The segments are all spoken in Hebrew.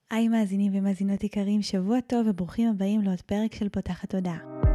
היי מאזינים ומאזינות יקרים, שבוע טוב וברוכים הבאים לעוד פרק של פותחת תודעה.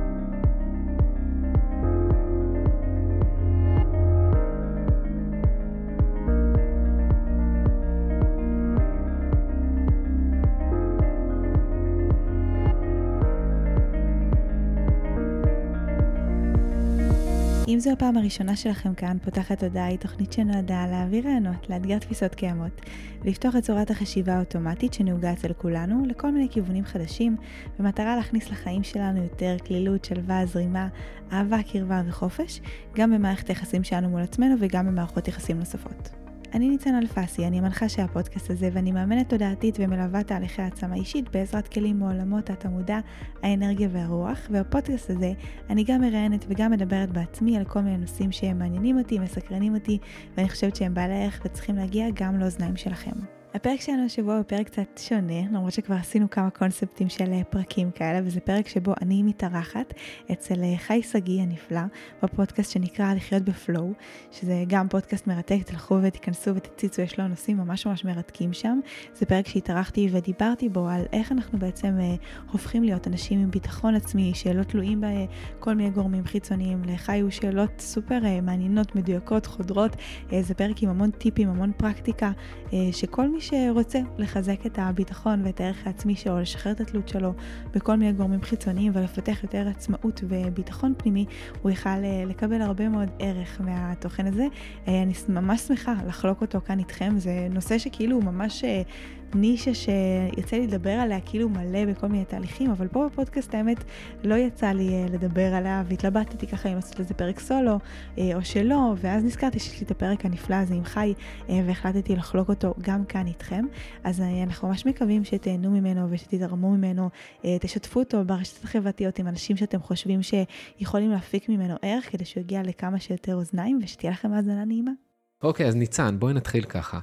אם זו הפעם הראשונה שלכם כאן, פותחת תודעה היא תוכנית שנועדה להעביר רעיונות, לאתגר תפיסות קיימות, לפתוח את צורת החשיבה האוטומטית שנהוגה אצל כולנו לכל מיני כיוונים חדשים, במטרה להכניס לחיים שלנו יותר כלילות, שלווה, זרימה, אהבה, קרבה וחופש, גם במערכת היחסים שלנו מול עצמנו וגם במערכות יחסים נוספות. אני ניצן אלפסי, אני המנחה של הפודקאסט הזה ואני מאמנת תודעתית ומלווה תהליכי העצמה אישית בעזרת כלים מעולמות התמודע, האנרגיה והרוח, ובפודקאסט הזה אני גם מראיינת וגם מדברת בעצמי על כל מיני נושאים שהם מעניינים אותי, מסקרנים אותי, ואני חושבת שהם בעלי ערך וצריכים להגיע גם לאוזניים שלכם. הפרק שלנו השבוע הוא פרק קצת שונה, למרות שכבר עשינו כמה קונספטים של פרקים כאלה, וזה פרק שבו אני מתארחת אצל חי סגי הנפלא, בפודקאסט שנקרא לחיות בפלואו, שזה גם פודקאסט מרתק, תלכו ותיכנסו ותציצו, יש לו נושאים ממש ממש מרתקים שם. זה פרק שהתארחתי ודיברתי בו על איך אנחנו בעצם הופכים להיות אנשים עם ביטחון עצמי, שלא תלויים בכל מיני גורמים חיצוניים. לחי היו שאלות סופר מעניינות, מדויקות, חודרות. זה פרק עם המון טיפים, המון פרקטיקה, שכל מי שרוצה לחזק את הביטחון ואת הערך העצמי שלו, לשחרר את התלות שלו בכל מיני גורמים חיצוניים ולפתח יותר עצמאות וביטחון פנימי, הוא יוכל לקבל הרבה מאוד ערך מהתוכן הזה. אני ממש שמחה לחלוק אותו כאן איתכם. זה נושא שכאילו הוא ממש נישה שיצא לי לדבר עליה כאילו מלא בכל מיני תהליכים, אבל פה בפודקאסט האמת לא יצא לי לדבר עליה, והתלבטתי ככה אם לעשות לזה פרק סולו או שלא, ואז נזכרתי שיש לי את הפרק הנפלא הזה עם חי, והחלטתי לחלוק אותו גם כאן איתכם. אז אנחנו ממש מקווים שתהנו ממנו ושתתרמו ממנו, תשתפו אותו ברשתות החברתיות עם אנשים שאתם חושבים שיכולים להפיק ממנו ערך, כדי שהוא יגיע לכמה שיותר אוזניים, ושתהיה לכם האזנה נעימה. אוקיי, אז ניצן, בואי נתחיל ככה.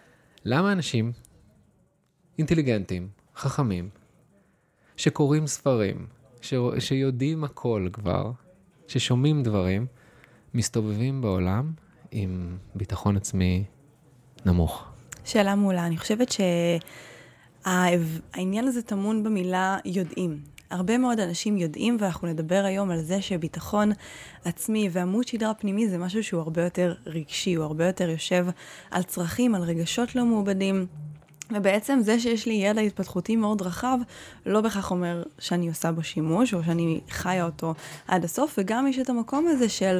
למה אנשים אינטליגנטים, חכמים, שקוראים ספרים, שיודעים הכל כבר, ששומעים דברים, מסתובבים בעולם עם ביטחון עצמי נמוך? שאלה מעולה. אני חושבת שהעניין הזה טמון במילה יודעים. הרבה מאוד אנשים יודעים, ואנחנו נדבר היום על זה שביטחון עצמי ועמוד שדרה פנימי זה משהו שהוא הרבה יותר רגשי, הוא הרבה יותר יושב על צרכים, על רגשות לא מעובדים, ובעצם זה שיש לי ידע התפתחותי מאוד רחב, לא בכך אומר שאני עושה בו שימוש, או שאני חיה אותו עד הסוף, וגם יש את המקום הזה של,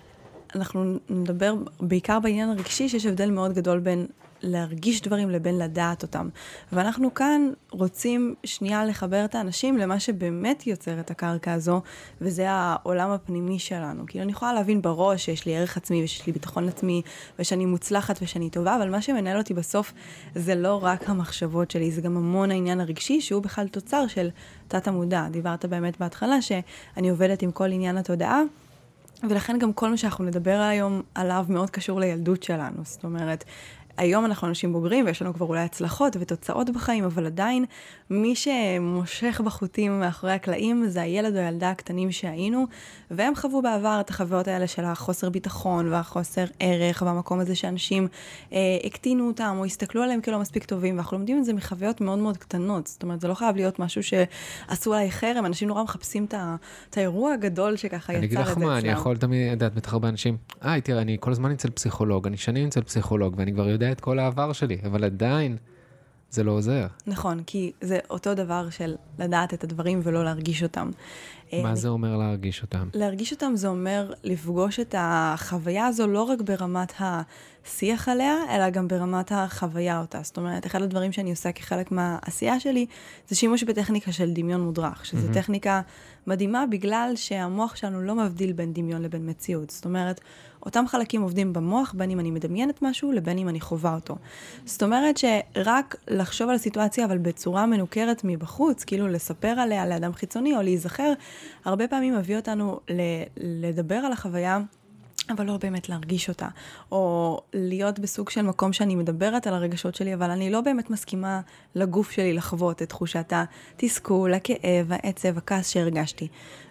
אנחנו נדבר בעיקר בעניין הרגשי, שיש הבדל מאוד גדול בין להרגיש דברים לבין לדעת אותם. ואנחנו כאן רוצים שנייה לחבר את האנשים למה שבאמת יוצר את הקרקע הזו, וזה העולם הפנימי שלנו. כאילו אני יכולה להבין בראש שיש לי ערך עצמי ושיש לי ביטחון עצמי, ושאני מוצלחת ושאני טובה, אבל מה שמנהל אותי בסוף זה לא רק המחשבות שלי, זה גם המון העניין הרגשי, שהוא בכלל תוצר של תת המודע. דיברת באמת בהתחלה שאני עובדת עם כל עניין התודעה, ולכן גם כל מה שאנחנו נדבר היום עליו מאוד קשור לילדות שלנו. זאת אומרת, היום אנחנו אנשים בוגרים ויש לנו כבר אולי הצלחות ותוצאות בחיים, אבל עדיין מי שמושך בחוטים מאחורי הקלעים זה הילד או הילדה הקטנים שהיינו, והם חוו בעבר את החוויות האלה של החוסר ביטחון והחוסר ערך, והמקום הזה שאנשים הקטינו אותם או הסתכלו עליהם כלא מספיק טובים, ואנחנו לומדים את זה מחוויות מאוד מאוד קטנות. זאת אומרת, זה לא חייב להיות משהו שעשו עליי חרם, אנשים נורא מחפשים את האירוע הגדול שככה יצר את זה. אני אגיד לך מה, אני יכול תמיד לדעת בטח הרבה אנשים, תראה, אני כל הזמן אצל פסיכולוג, אני שנים אצל פסיכולוג, ואני כבר יודע את כל העבר שלי, אבל עדיין זה לא עוזר. נכון, כי זה אותו דבר של לדעת את הדברים ולא להרגיש אותם. מה זה אומר להרגיש אותם? להרגיש אותם זה אומר לפגוש את החוויה הזו לא רק ברמת השיח עליה, אלא גם ברמת החוויה אותה. זאת אומרת, אחד הדברים שאני עושה כחלק מהעשייה שלי, זה שימוש בטכניקה של דמיון מודרך, שזו טכניקה מדהימה בגלל שהמוח שלנו לא מבדיל בין דמיון לבין מציאות. זאת אומרת, אותם חלקים עובדים במוח, בין אם אני מדמיינת משהו, לבין אם אני חווה אותו. זאת אומרת שרק לחשוב על הסיטואציה, אבל בצורה מנוכרת מבחוץ, כאילו לספר עליה לאדם חיצוני או להיזכר, הרבה פעמים מביא אותנו לדבר על החוויה, אבל לא באמת להרגיש אותה, או להיות בסוג של מקום שאני מדברת על הרגשות שלי, אבל אני לא באמת מסכימה לגוף שלי לחוות את תחושת התסכול, הכאב, העצב, הכעס שהרגשתי.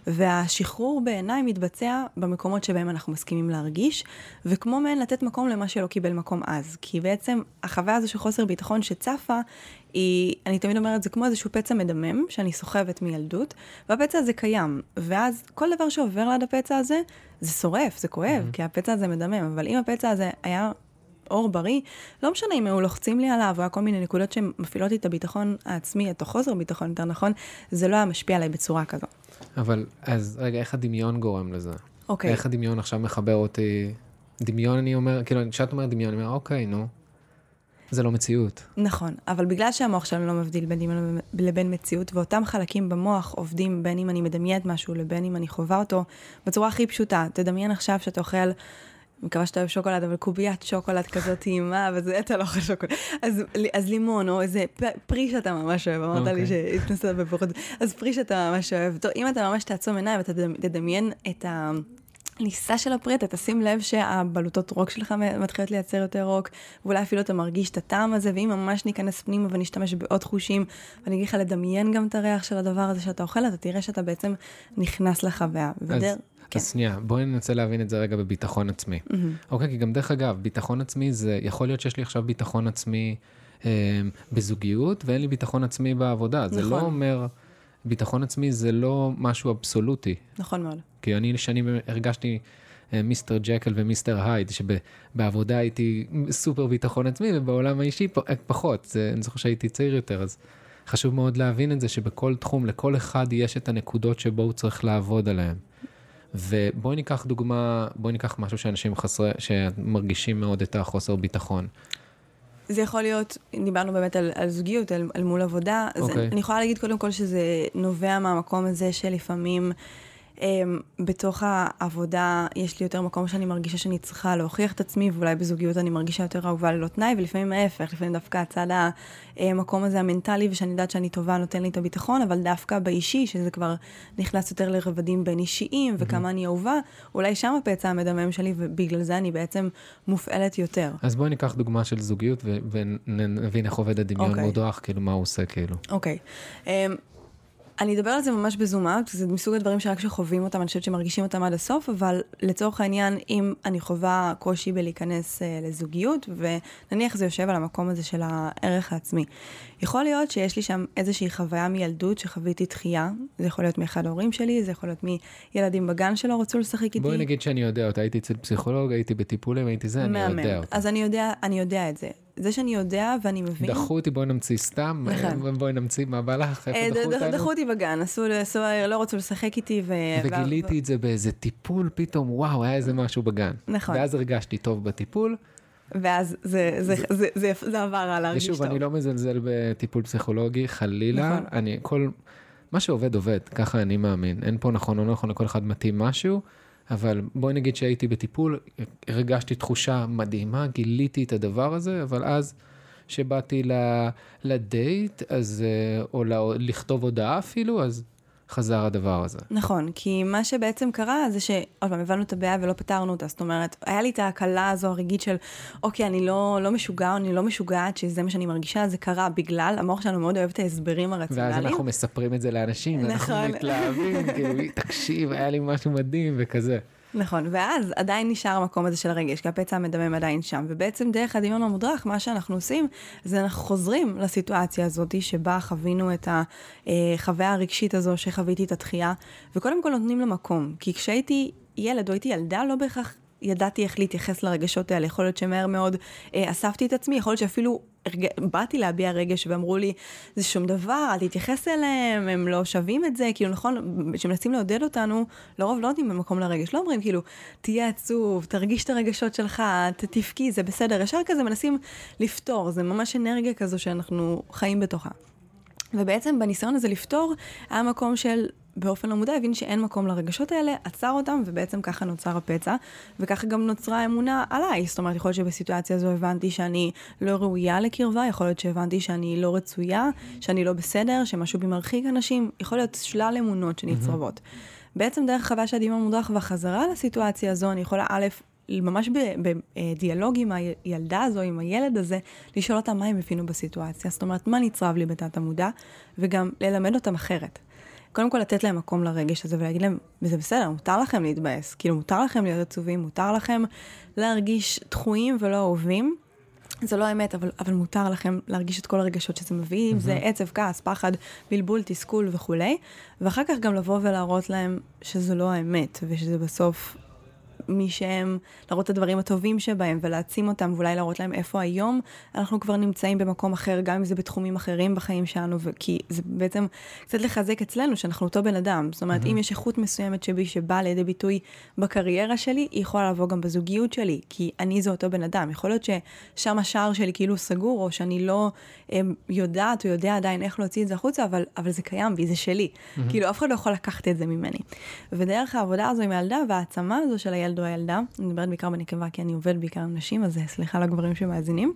והשחרור בעיניי מתבצע במקומות שבהם אנחנו מסכימים להרגיש, וכמו מהן לתת מקום למה שלא קיבל מקום אז. כי בעצם החוויה הזו של חוסר ביטחון שצפה, אני תמיד אומרת, זה כמו איזשהו פצע מדמם, שאני סוחבת מילדות, והפצע הזה קיים, ואז כל דבר שעובר ליד הפצע הזה, זה שורף, זה כואב, כי הפצע הזה מדמם, אבל אם הפצע הזה היה אור בריא, לא משנה אם היו לוחצים לי עליו, או היה כל מיני נקודות שמפעילות לי את הביטחון העצמי, את החוסר ביטחון יותר נכון, זה לא היה משפיע עליי בצורה כזו. אבל, אז רגע, איך הדמיון גורם לזה? אוקיי. איך הדמיון עכשיו מחבר אותי? דמיון אני אומר, כאילו, כשאת אומרת דמיון, אני אומר, אוקיי, נו, זה לא מציאות. נכון, אבל בגלל שהמוח שלנו לא מבדיל בין דמיון לבין מציאות, ואותם חלקים במוח עובדים בין אם אני מדמיינת משהו, לבין אם אני חווה אותו, בצורה הכי פשוטה. תדמיין עכשיו שאתה אוכל, מקווה שאתה אוהב שוקולד, אבל קוביית שוקולד כזאת טעימה, וזה אתה לא אוכל שוקולד. אז לימון, או איזה פרי שאתה ממש אוהב, אמרת לי שהתנסות בפחות, אז פרי שאתה ממש אוהב. טוב, אם אתה ממש תעצום עיניים, ואתה תדמיין את הניסה של הפרי, אתה תשים לב שהבלוטות רוק שלך מתחילות לייצר יותר רוק, ואולי אפילו אתה מרגיש את הטעם הזה, ואם ממש ניכנס פנימה ונשתמש בעוד חושים, ואני אגיד לך לדמיין גם את הריח של הדבר הזה שאתה אוכל, אתה תראה שאתה בעצם נכנס לחוויה. אז שנייה, בואי ננסה להבין את זה רגע בביטחון עצמי. אוקיי, כי גם דרך אגב, ביטחון עצמי זה, יכול להיות שיש לי עכשיו ביטחון עצמי בזוגיות, ואין לי ביטחון עצמי בעבודה. זה לא אומר, ביטחון עצמי זה לא משהו אבסולוטי. נכון מאוד. כי אני שנים הרגשתי מיסטר ג'קל ומיסטר הייד, שבעבודה הייתי סופר ביטחון עצמי, ובעולם האישי פחות. אני זוכר שהייתי צעיר יותר, אז חשוב מאוד להבין את זה, שבכל תחום, לכל אחד יש את הנקודות שבו הוא צריך לעבוד עליהן. ובואי ניקח דוגמה, בואי ניקח משהו שאנשים שמרגישים מאוד את החוסר ביטחון. זה יכול להיות, דיברנו באמת על זוגיות, על מול עבודה, אז אני יכולה להגיד קודם כל שזה נובע מהמקום הזה שלפעמים בתוך העבודה יש לי יותר מקום שאני מרגישה שאני צריכה להוכיח את עצמי, ואולי בזוגיות אני מרגישה יותר אהובה ללא תנאי, ולפעמים ההפך, לפעמים דווקא הצד המקום הזה המנטלי, ושאני יודעת שאני טובה נותן לי את הביטחון, אבל דווקא באישי, שזה כבר נכנס יותר לרבדים בין אישיים, וכמה אני אהובה, אולי שם הפצע המדמם שלי, ובגלל זה אני בעצם מופעלת יותר. אז בואי ניקח דוגמה של זוגיות, ונבין איך עובד הדמיון מודרך, כאילו מה הוא עושה, כאילו. אוקיי. אני אדבר על זה ממש בזומה, זה מסוג הדברים שרק שחווים אותם, אני חושבת שמרגישים אותם עד הסוף, אבל לצורך העניין, אם אני חווה קושי בלהיכנס לזוגיות, ונניח זה יושב על המקום הזה של הערך העצמי, יכול להיות שיש לי שם איזושהי חוויה מילדות שחוויתי דחייה, זה יכול להיות מאחד ההורים שלי, זה יכול להיות מילדים בגן שלא רצו לשחק איתי. בואי נגיד שאני יודע אותה, הייתי אצל פסיכולוג, הייתי בטיפולים, הייתי זה, אני יודע אותה. אז אני יודע את זה. זה שאני יודע ואני מבין. דחו אותי, בואי נמציא סתם, בואי נמציא מה בא לך, איפה דחו אותנו? דחו אותי בגן, לא רצו לשחק איתי. וגיליתי את זה באיזה טיפול, פתאום, וואו, היה איזה משהו בגן. נכון. ואז הרגשתי טוב בטיפול. ואז זה עבר על להרגיש טוב. ושוב, אני לא מזלזל בטיפול פסיכולוגי, חלילה. מה שעובד, עובד, ככה אני מאמין. אין פה נכון או נכון, לכל אחד מתאים משהו. אבל בואי נגיד שהייתי בטיפול, הרגשתי תחושה מדהימה, גיליתי את הדבר הזה, אבל אז שבאתי לדייט, אז, או לכתוב הודעה אפילו, אז חזר הדבר הזה. נכון, כי מה שבעצם קרה זה שעוד פעם הבנו את הבעיה ולא פתרנו אותה, זאת אומרת, היה לי את ההקלה הזו הרגעית של, אוקיי, אני לא משוגע, אני לא משוגעת, שזה מה שאני מרגישה, זה קרה בגלל, המוח שלנו מאוד אוהב את ההסברים הרציונליים. ואז אנחנו מספרים את זה לאנשים, אנחנו מתלהבים, כאילו, תקשיב, היה לי משהו מדהים וכזה. נכון, ואז עדיין נשאר המקום הזה של הרגש, כי הפצע המדמם עדיין שם, ובעצם דרך הדמיון המודרך, מה שאנחנו עושים, זה אנחנו חוזרים לסיטואציה הזאת, שבה חווינו את החוויה הרגשית הזו, שחוויתי את הדחייה, וקודם כל נותנים למקום, כי כשהייתי ילד או הייתי ילדה, לא בהכרח ידעתי איך להתייחס לרגשות האלה, יכול להיות שמהר מאוד אספתי את עצמי, יכול להיות שאפילו באתי להביע רגש ואמרו לי, זה שום דבר, אל תתייחס אליהם, הם לא שווים את זה, כאילו נכון, שמנסים לעודד אותנו, לרוב לא נותנים במקום לרגש, לא אומרים כאילו, תהיה עצוב, תרגיש את הרגשות שלך, תפקי, זה בסדר, ישר כזה מנסים לפתור, זה ממש אנרגיה כזו שאנחנו חיים בתוכה. ובעצם בניסיון הזה לפתור, היה מקום של באופן לא מודע, הבין שאין מקום לרגשות האלה, עצר אותם, ובעצם ככה נוצר הפצע, וככה גם נוצרה האמונה עליי. זאת אומרת, יכול להיות שבסיטואציה הזו הבנתי שאני לא ראויה לקרבה, יכול להיות שהבנתי שאני לא רצויה, שאני לא בסדר, שמשהו בי מרחיק אנשים, יכול להיות שלל אמונות שנצרבות. בעצם דרך חוויה של הדמיון המודרך והחזרה לסיטואציה הזו, אני יכולה ממש בדיאלוג עם הילדה הזו, עם הילד הזה, לשאול אותם מה הם הבינו בסיטואציה. זאת אומרת, מה נצרב לי בתת המודע, וגם ללמד אותם אחרת. קודם כל לתת להם מקום לרגש הזה ולהגיד להם, וזה בסדר, מותר לכם להתבאס, כאילו מותר לכם להיות עצובים, מותר לכם להרגיש דחויים ולא אהובים, זה לא האמת, אבל מותר לכם להרגיש את כל הרגשות שזה מביא, אם זה עצב, כעס, פחד, בלבול, תסכול וכו'. ואחר כך גם לבוא ולהראות להם שזה לא האמת, ושזה בסוף מי שהם, להראות את הדברים הטובים שבהם ולהעצים אותם, ואולי להראות להם איפה היום אנחנו כבר נמצאים במקום אחר, גם אם זה בתחומים אחרים בחיים שלנו, כי זה בעצם קצת לחזק אצלנו שאנחנו אותו בן אדם. זאת אומרת, אם יש איכות מסוימת שבי שבאה לידי ביטוי בקריירה שלי, היא יכולה לבוא גם בזוגיות שלי, כי אני זה אותו בן אדם. יכול להיות ששם השער שלי כאילו סגור, או שאני לא יודעת או יודע עדיין איך להוציא את זה החוצה, אבל זה קיים בי, זה שלי. כאילו, אף אחד לא יכול לקחת את זה ממני. ודרך העבודה הזו עם הילדה והעצמה הזו של הילד או הילדה, אני מדברת בעיקר בנקבה, כי אני עובד בעיקר עם נשים, אז סליחה לגברים שמאזינים.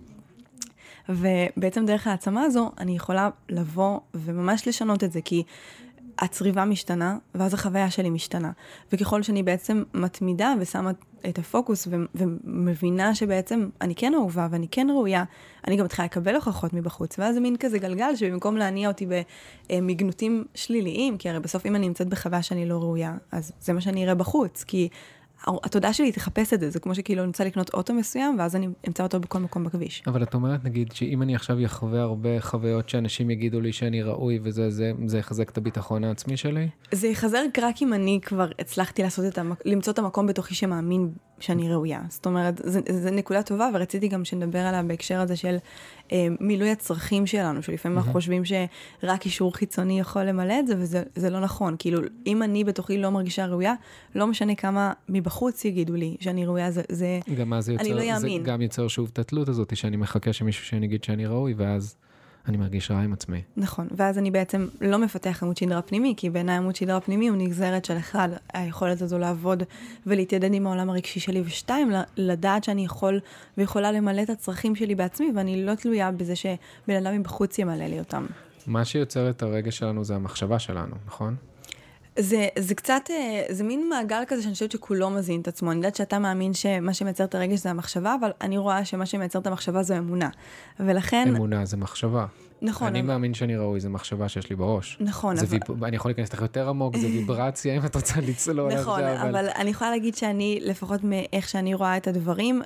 ובעצם דרך העצמה הזו, אני יכולה לבוא וממש לשנות את זה, כי הצריבה משתנה, ואז החוויה שלי משתנה. וככל שאני בעצם מתמידה ושמה את הפוקוס, ומבינה שבעצם אני כן אהובה, ואני כן ראויה, אני גם מתחילה לקבל הוכחות מבחוץ, ואז זה מין כזה גלגל, שבמקום להניע אותי במגנותים שליליים, כי הרי בסוף אם אני נמצאת בחוויה שאני לא ראויה, אז זה מה שאני אראה בחוץ, כי התודעה שלי תחפש את זה, זה כמו שכאילו אני רוצה לקנות אוטו מסוים, ואז אני אמצא אותו בכל מקום בכביש. אבל את אומרת, נגיד, שאם אני עכשיו יחווה הרבה חוויות שאנשים יגידו לי שאני ראוי, זה יחזק את הביטחון העצמי שלי? זה יחזר רק אם אני כבר הצלחתי למצוא את המקום בתוכי שמאמין שאני ראויה. זאת אומרת, זה נקודה טובה, ורציתי גם שנדבר עליה בהקשר הזה של מילוי הצרכים שלנו, שלפעמים אנחנו חושבים שרק אישור חיצוני יכול למלא את זה, וזה לא נכון. כאילו, אם אני בתוכי לא מרגישה ראויה, לא משנה כמה מבחוץ יגידו לי שאני ראויה, אני לא יאמין. זה גם יוצר שוב את התלות הזאת, שאני מחכה שמישהו שנגיד שאני ראוי, ואז אני מרגיש רע עם עצמי. נכון, ואז אני בעצם לא מפתח עמוד שדרה פנימי, כי בעיניי עמוד שדרה פנימי הוא נגזרת של אחד, היכולת הזו לעבוד ולהתיידד עם העולם הרגשי שלי, ושתיים, לדעת שאני יכול ויכולה למלא את הצרכים שלי בעצמי, ואני לא תלויה בזה שבן אדם מבחוץ ימלא לי אותם. מה שיוצר את הרגש שלנו זה המחשבה שלנו, נכון? זה קצת, זה מין מעגל כזה שאני חושבת שכולו מזין את עצמו. אני יודעת שאתה מאמין שמה שמייצר את הרגש זה המחשבה, אבל אני רואה שמה שמייצר את המחשבה זו אמונה. ולכן... אמונה זה מחשבה. נכון. אני מאמין שאני ראוי, זה מחשבה שיש לי בראש. נכון. אני יכול להיכנס לך יותר עמוק, זה ויברציה, אם את רוצה לצלול. נכון, אבל אני יכולה להגיד שאני, לפחות מאיך שאני רואה את הדברים,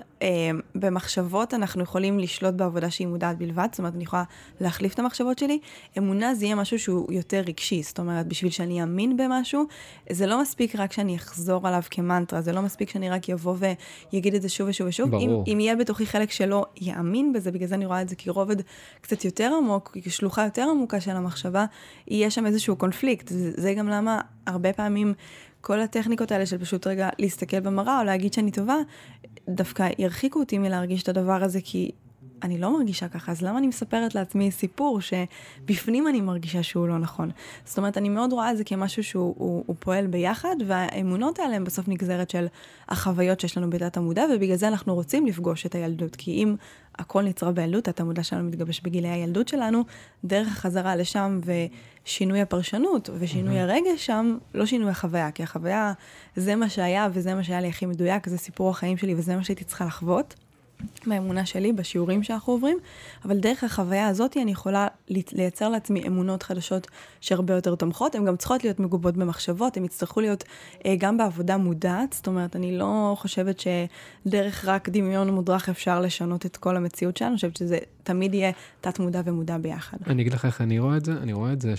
במחשבות אנחנו יכולים לשלוט בעבודה שהיא מודעת בלבד, זאת אומרת, אני יכולה להחליף את המחשבות שלי. אמונה זה יהיה משהו שהוא יותר רגשי, זאת אומרת, בשביל שאני אאמין במשהו, זה לא מספיק רק שאני אחזור עליו כמנטרה, זה לא מספיק שאני רק יבוא ויגיד את זה שוב ושוב ושוב. אם יהיה בתוכי חלק שלא יאמין בזה, בגלל זה אני רואה את זה כרובד קצת יותר עמוק, כשלוחה יותר עמוקה של המחשבה, יהיה שם איזשהו קונפליקט. זה גם למה הרבה פעמים כל הטכניקות האלה של פשוט רגע להסתכל במראה או להגיד שאני טובה, דווקא ירחיקו אותי מלהרגיש את הדבר הזה, כי אני לא מרגישה ככה, אז למה אני מספרת לעצמי סיפור שבפנים אני מרגישה שהוא לא נכון? זאת אומרת, אני מאוד רואה את זה כמשהו שהוא פועל ביחד, והאמונות האלה הן בסוף נגזרת של החוויות שיש לנו בתת המודע, ובגלל זה אנחנו רוצים לפגוש את הילדות, כי אם הכל נצרב בילדות, התת המודע שלנו מתגבש בגילי הילדות שלנו, דרך החזרה לשם ושינוי הפרשנות ושינוי הרגש שם, לא שינוי החוויה, כי החוויה זה מה שהיה וזה מה שהיה לי הכי מדויק, זה סיפור החיים שלי וזה מה שהייתי צריכה לחוות. מהאמונה שלי, בשיעורים שאנחנו עוברים, אבל דרך החוויה הזאת אני יכולה לייצר לעצמי אמונות חדשות שהרבה יותר תומכות, הן גם צריכות להיות מגובות במחשבות, הן יצטרכו להיות גם בעבודה מודעת, זאת אומרת, אני לא חושבת שדרך רק דמיון מודרך אפשר לשנות את כל המציאות שלנו, אני חושבת שזה תמיד יהיה תת מודע ומודע ביחד. אני אגיד לך איך אני רואה את זה, אני רואה את זה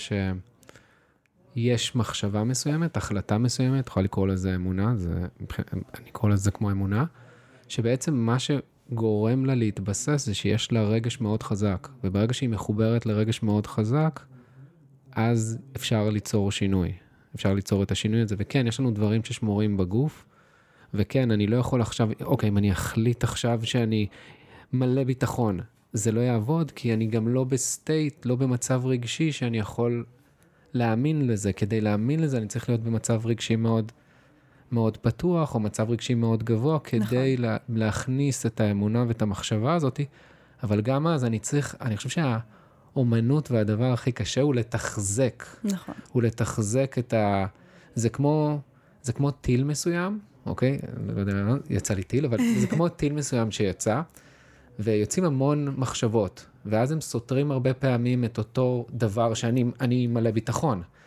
שיש מחשבה מסוימת, החלטה מסוימת, יכולה לקרוא לזה אמונה, אני קורא לזה כמו אמונה, שבעצם מה גורם לה להתבסס זה שיש לה רגש מאוד חזק, וברגע שהיא מחוברת לרגש מאוד חזק, אז אפשר ליצור שינוי. אפשר ליצור את השינוי הזה, וכן, יש לנו דברים ששמורים בגוף, וכן, אני לא יכול עכשיו, אוקיי, אם אני אחליט עכשיו שאני מלא ביטחון, זה לא יעבוד, כי אני גם לא בסטייט, לא במצב רגשי שאני יכול להאמין לזה. כדי להאמין לזה, אני צריך להיות במצב רגשי מאוד מאוד פתוח, או מצב רגשי מאוד גבוה, כדי להכניס את האמונה ואת המחשבה הזאת, אבל גם אז אני חושב שהאומנות והדבר הכי קשה הוא לתחזק. נכון. הוא לתחזק זה כמו טיל מסוים, אוקיי? לא יודע, יצא לי טיל, אבל זה כמו טיל מסוים שיצא, ויוצאים המון מחשבות, ואז הם סותרים הרבה פעמים את אותו דבר שאני מלא ביטחון.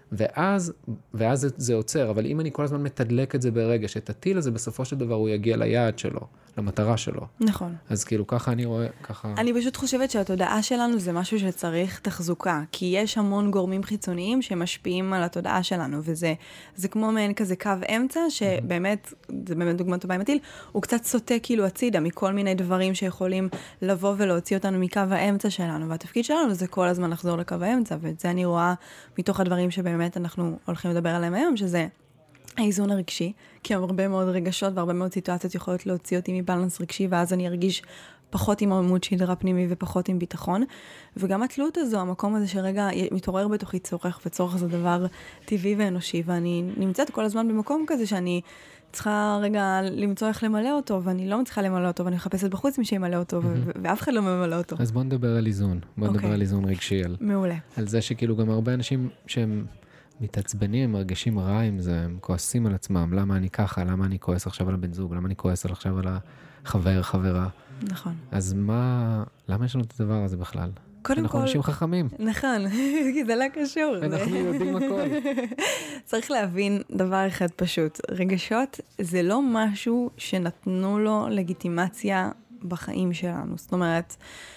ואז זה עוצר, אבל אם אני כל הזמן מתדלק את זה ברגע, שאת הטיל הזה בסופו של דבר הוא יגיע ליעד שלו, למטרה שלו. נכון. אז כאילו ככה אני רואה, ככה... אני פשוט חושבת שהתודעה שלנו זה משהו שצריך תחזוקה, כי יש המון גורמים חיצוניים שמשפיעים על התודעה שלנו, וזה כמו מעין כזה קו אמצע, שבאמת, זה באמת דוגמה טובה עם הטיל, הוא קצת סוטה כאילו הצידה מכל מיני דברים שיכולים לבוא ולהוציא אותנו מקו האמצע שלנו, והתפקיד שלנו זה כל הזמן לחזור לקו האמצע, ואת זה אני רואה מתוך הדברים שבאמת אנחנו הולכים לדבר עליהם היום, שזה האיזון הרגשי, כי הרבה מאוד רגשות והרבה מאוד סיטואציות יכולות להוציא אותי מבלנס רגשי, ואז אני ארגיש פחות עם עמוד שדרה פנימי ופחות עם ביטחון. וגם התלות הזו, המקום הזה שרגע מתעורר בתוכי צורך, וצורך זה דבר טבעי ואנושי, ואני נמצאת כל הזמן במקום כזה שאני צריכה רגע למצוא איך למלא אותו, ואני לא מצליחה למלא אותו, ואני מחפשת בחוץ מי שימלא אותו, ואף אחד לא ממלא אותו. אז בוא נדבר על איזון, בוא נדבר על איזון רגשי. מעולה. על זה שכאילו גם הרבה אנשים שהם מתעצבנים, מרגישים רע עם זה, הם כועסים על עצמם, למה אני ככה, למה אני כועס עכשיו על הבן זוג, למה אני כועס עכשיו על החבר, חברה. נכון. אז למה יש לנו את הדבר הזה בכלל? קודם אנחנו אנשים חכמים. נכון, כי זה לא קשור. אנחנו יודעים הכל. צריך להבין דבר אחד פשוט. רגשות זה לא משהו שנתנו לו לגיטימציה בחיים שלנו. זאת אומרת,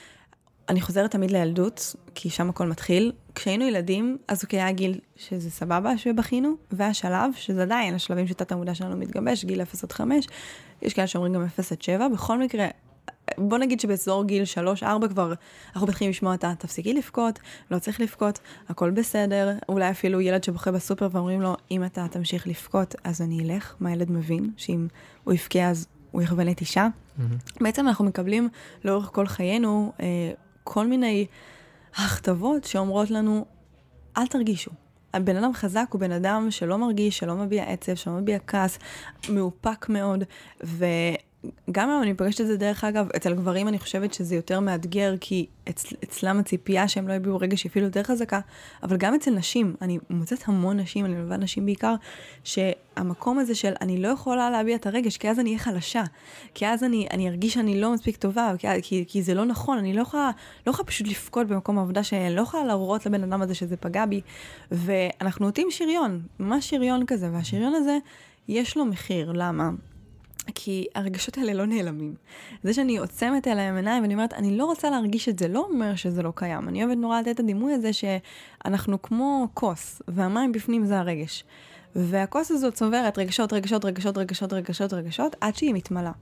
אני חוזרת תמיד לילדות, כי שם הכל מתחיל. כשהיינו ילדים, אז היה הגיל שזה סבבה שבחינו, והשלב, שזה עדיין השלבים שתת המודע שלנו מתגבש, גיל 0-5, יש כאלה שאומרים גם 0-7, בכל מקרה, בוא נגיד שבאזור גיל 3-4 כבר אנחנו מתחילים לשמוע את תפסיקי לבכות, לא צריך לבכות, הכל בסדר, אולי אפילו ילד שבוכה בסופר ואומרים לו, אם אתה תמשיך לבכות, אז אני אלך, מה ילד מבין, שאם הוא יבכה אז הוא יכוון לתישה. בעצם אנחנו מקבלים לאורך כל חיינו כל מיני הכתבות שאומרות לנו, אל תרגישו. הבן אדם חזק הוא בן אדם שלא מרגיש, שלא מביע עצב, שלא מביע כעס, מאופק מאוד, וגם אם אני פגשת את זה דרך אגב, אצל גברים אני חושבת שזה יותר מאתגר, כי אצלם הציפייה שהם לא יביאו רגע שאפילו יותר חזקה, אבל גם אצל נשים, אני מוצאת המון נשים, אני מלווה נשים בעיקר, שהמקום הזה של אני לא יכולה להביע את הרגש, כי אז אני אהיה חלשה, כי אז אני ארגיש שאני לא מספיק טובה, כי זה לא נכון, אני לא יכולה פשוט לפקוד במקום העבודה, שאני לא יכולה להראות לבן אדם הזה שזה פגע בי, ואנחנו נוטים שריון, ממש שריון כזה, והשריון הזה יש לו מחיר, למה? כי הרגשות האלה לא נעלמים. זה שאני עוצמת אליהם עיניים ואני אומרת, אני לא רוצה להרגיש את זה, לא אומר שזה לא קיים. אני אוהבת נורא לתת את הדימוי הזה שאנחנו כמו כוס, והמים בפנים זה הרגש. והכוס הזאת צוברת רגשות, רגשות, רגשות, רגשות, רגשות, רגשות, עד שהיא מתמלאה.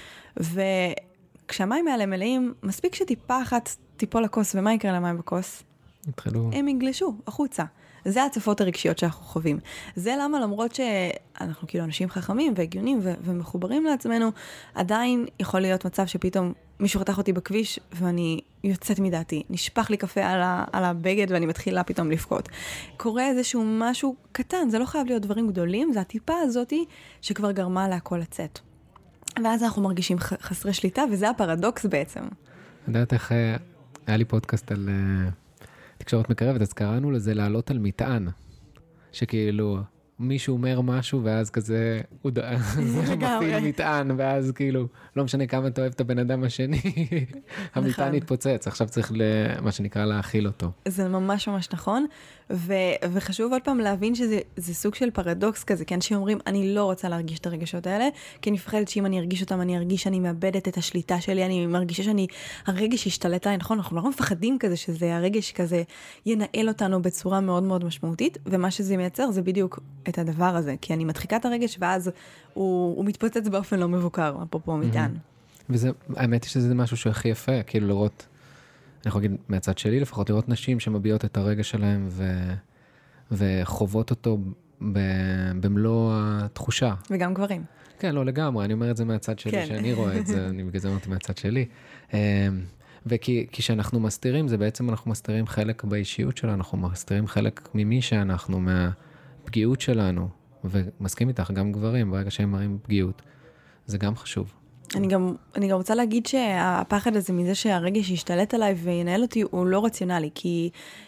וכשהמים האלה מלאים, מספיק שטיפה אחת תיפול לכוס, ומה יקרה למים בכוס? הם יגלשו החוצה. זה הצפות הרגשיות שאנחנו חווים. זה למה למרות שאנחנו כאילו אנשים חכמים והגיונים ומחוברים לעצמנו, עדיין יכול להיות מצב שפתאום מישהו חתך אותי בכביש ואני יוצאת מדעתי, נשפך לי קפה על הבגד ואני מתחילה פתאום לבכות. קורה איזשהו משהו קטן, זה לא חייב להיות דברים גדולים, זה הטיפה הזאת שכבר גרמה להכל לצאת. ואז אנחנו מרגישים חסרי שליטה, וזה הפרדוקס בעצם. יודעת איך היה לי פודקאסט על תקשורת מקרבת, אז קראנו לזה לעלות על מטען, שכאילו מישהו אומר משהו, ואז כזה הוא מפעיל מטען, ואז כאילו, לא משנה כמה אתה אוהב את הבן אדם השני, המטען יתפוצץ, עכשיו צריך מה שנקרא להכיל אותו. זה ממש ממש נכון, וחשוב עוד פעם להבין שזה סוג של פרדוקס כזה, כי אנשים אומרים, אני לא רוצה להרגיש את הרגשות האלה, כי אני מפחדת שאם אני ארגיש אותם, אני ארגיש שאני מאבדת את השליטה שלי, אני מרגישה הרגש ישתלט עליי, נכון, אנחנו לא מפחדים כזה, שזה הרגש כזה ינהל אותנו בצורה מאוד מאוד משמעותית, ומה שזה מייצר זה בדיוק את הדבר הזה, כי אני מדחיקה את הרגש, ואז הוא מתפוצץ באופן לא מבוקר, אפרופו מטען. האמת היא שזה משהו שהכי יפה, כאילו לראות, אני יכול להגיד מהצד שלי לפחות, לראות נשים שמביעות את הרגש שלהם וחוות אותו במלוא התחושה. וגם גברים. כן, לא לגמרי, אני אומר את זה מהצד שלי, שאני רואה את זה, אני בגלל זה אמרתי מהצד שלי. וכי כשאנחנו מסתירים, זה בעצם אנחנו מסתירים חלק באישיות שלנו, אנחנו מסתירים חלק ממי שאנחנו, מהפגיעות שלנו, ומסכים איתך, גם גברים, ברגע שהם מראים פגיעות, זה גם חשוב. אני גם רוצה להגיד שהפחד הזה מזה שהרגש ישתלט עליי וינהל אותי, הוא לא רציונלי, כי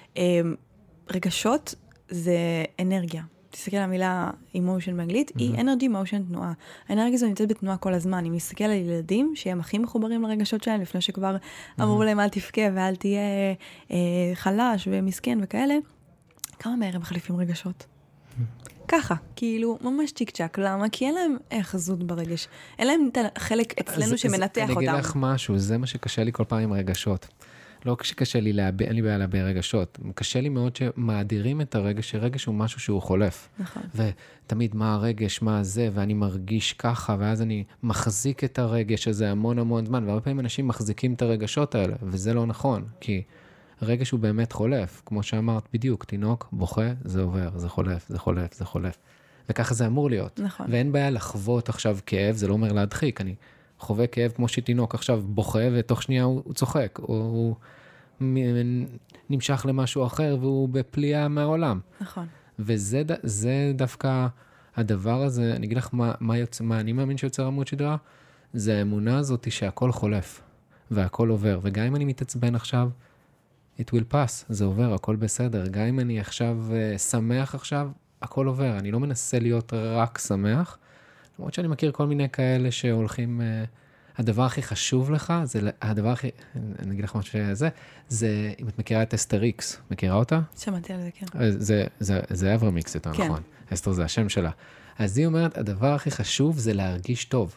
רגשות זה אנרגיה. תסתכל על המילה emotion באנגלית, היא energy motion תנועה. האנרגיה זו נמצאת בתנועה כל הזמן. אם נסתכל על ילדים שהם הכי מחוברים לרגשות שלהם, לפני שכבר אמרו להם אל תבכה ואל תהיה חלש ומסכן וכאלה, כמה מהר הם מחליפים רגשות? ככה, כאילו, ממש צ'יק צ'ק. למה? כי אין להם היאחזות ברגש. אין להם את החלק אצלנו שמנתח אותם. אני אגיד לך משהו, זה מה שקשה לי כל פעם עם רגשות. לא כשקשה לי להביע, אין לי בעיה להביע רגשות. קשה לי מאוד שמאדירים את הרגש, שרגש הוא משהו שהוא חולף. נכון. ותמיד מה הרגש, מה זה, ואני מרגיש ככה, ואז אני מחזיק את הרגש הזה המון המון זמן, והרבה פעמים אנשים מחזיקים את הרגשות האלה, וזה לא נכון, כי רגש הוא באמת חולף. כמו שאמרת בדיוק, תינוק, בוכה, זה עובר, זה חולף, זה חולף, זה חולף. וככה זה אמור להיות. נכון. ואין בעיה לחוות עכשיו כאב, זה לא אומר להדחיק, אני חווה כאב כמו שתינוק עכשיו בוכה, ותוך שנייה הוא צוחק, או הוא נמשך למשהו אחר, והוא בפליאה מהעולם. נכון. וזה דווקא הדבר הזה, אני אגיד לך מה אני מאמין שיוצר עמוד שדרה, זה האמונה הזאת שהכל חולף, והכל עובר, וגם אם אני מתעצבן עכשיו, it will pass, זה עובר, הכל בסדר, גם אם אני עכשיו שמח עכשיו, הכל עובר, אני לא מנסה להיות רק שמח, למרות שאני מכיר כל מיני כאלה שהולכים, הדבר הכי חשוב לך, הדבר הכי, אני אגיד לך משהו שזה, זה, אם את מכירה את אסתר איקס, מכירה אותה? שמעתי על זה, כן. זה אברמיקס יותר נכון, אסתר זה השם שלה. אז היא אומרת, הדבר הכי חשוב זה להרגיש טוב.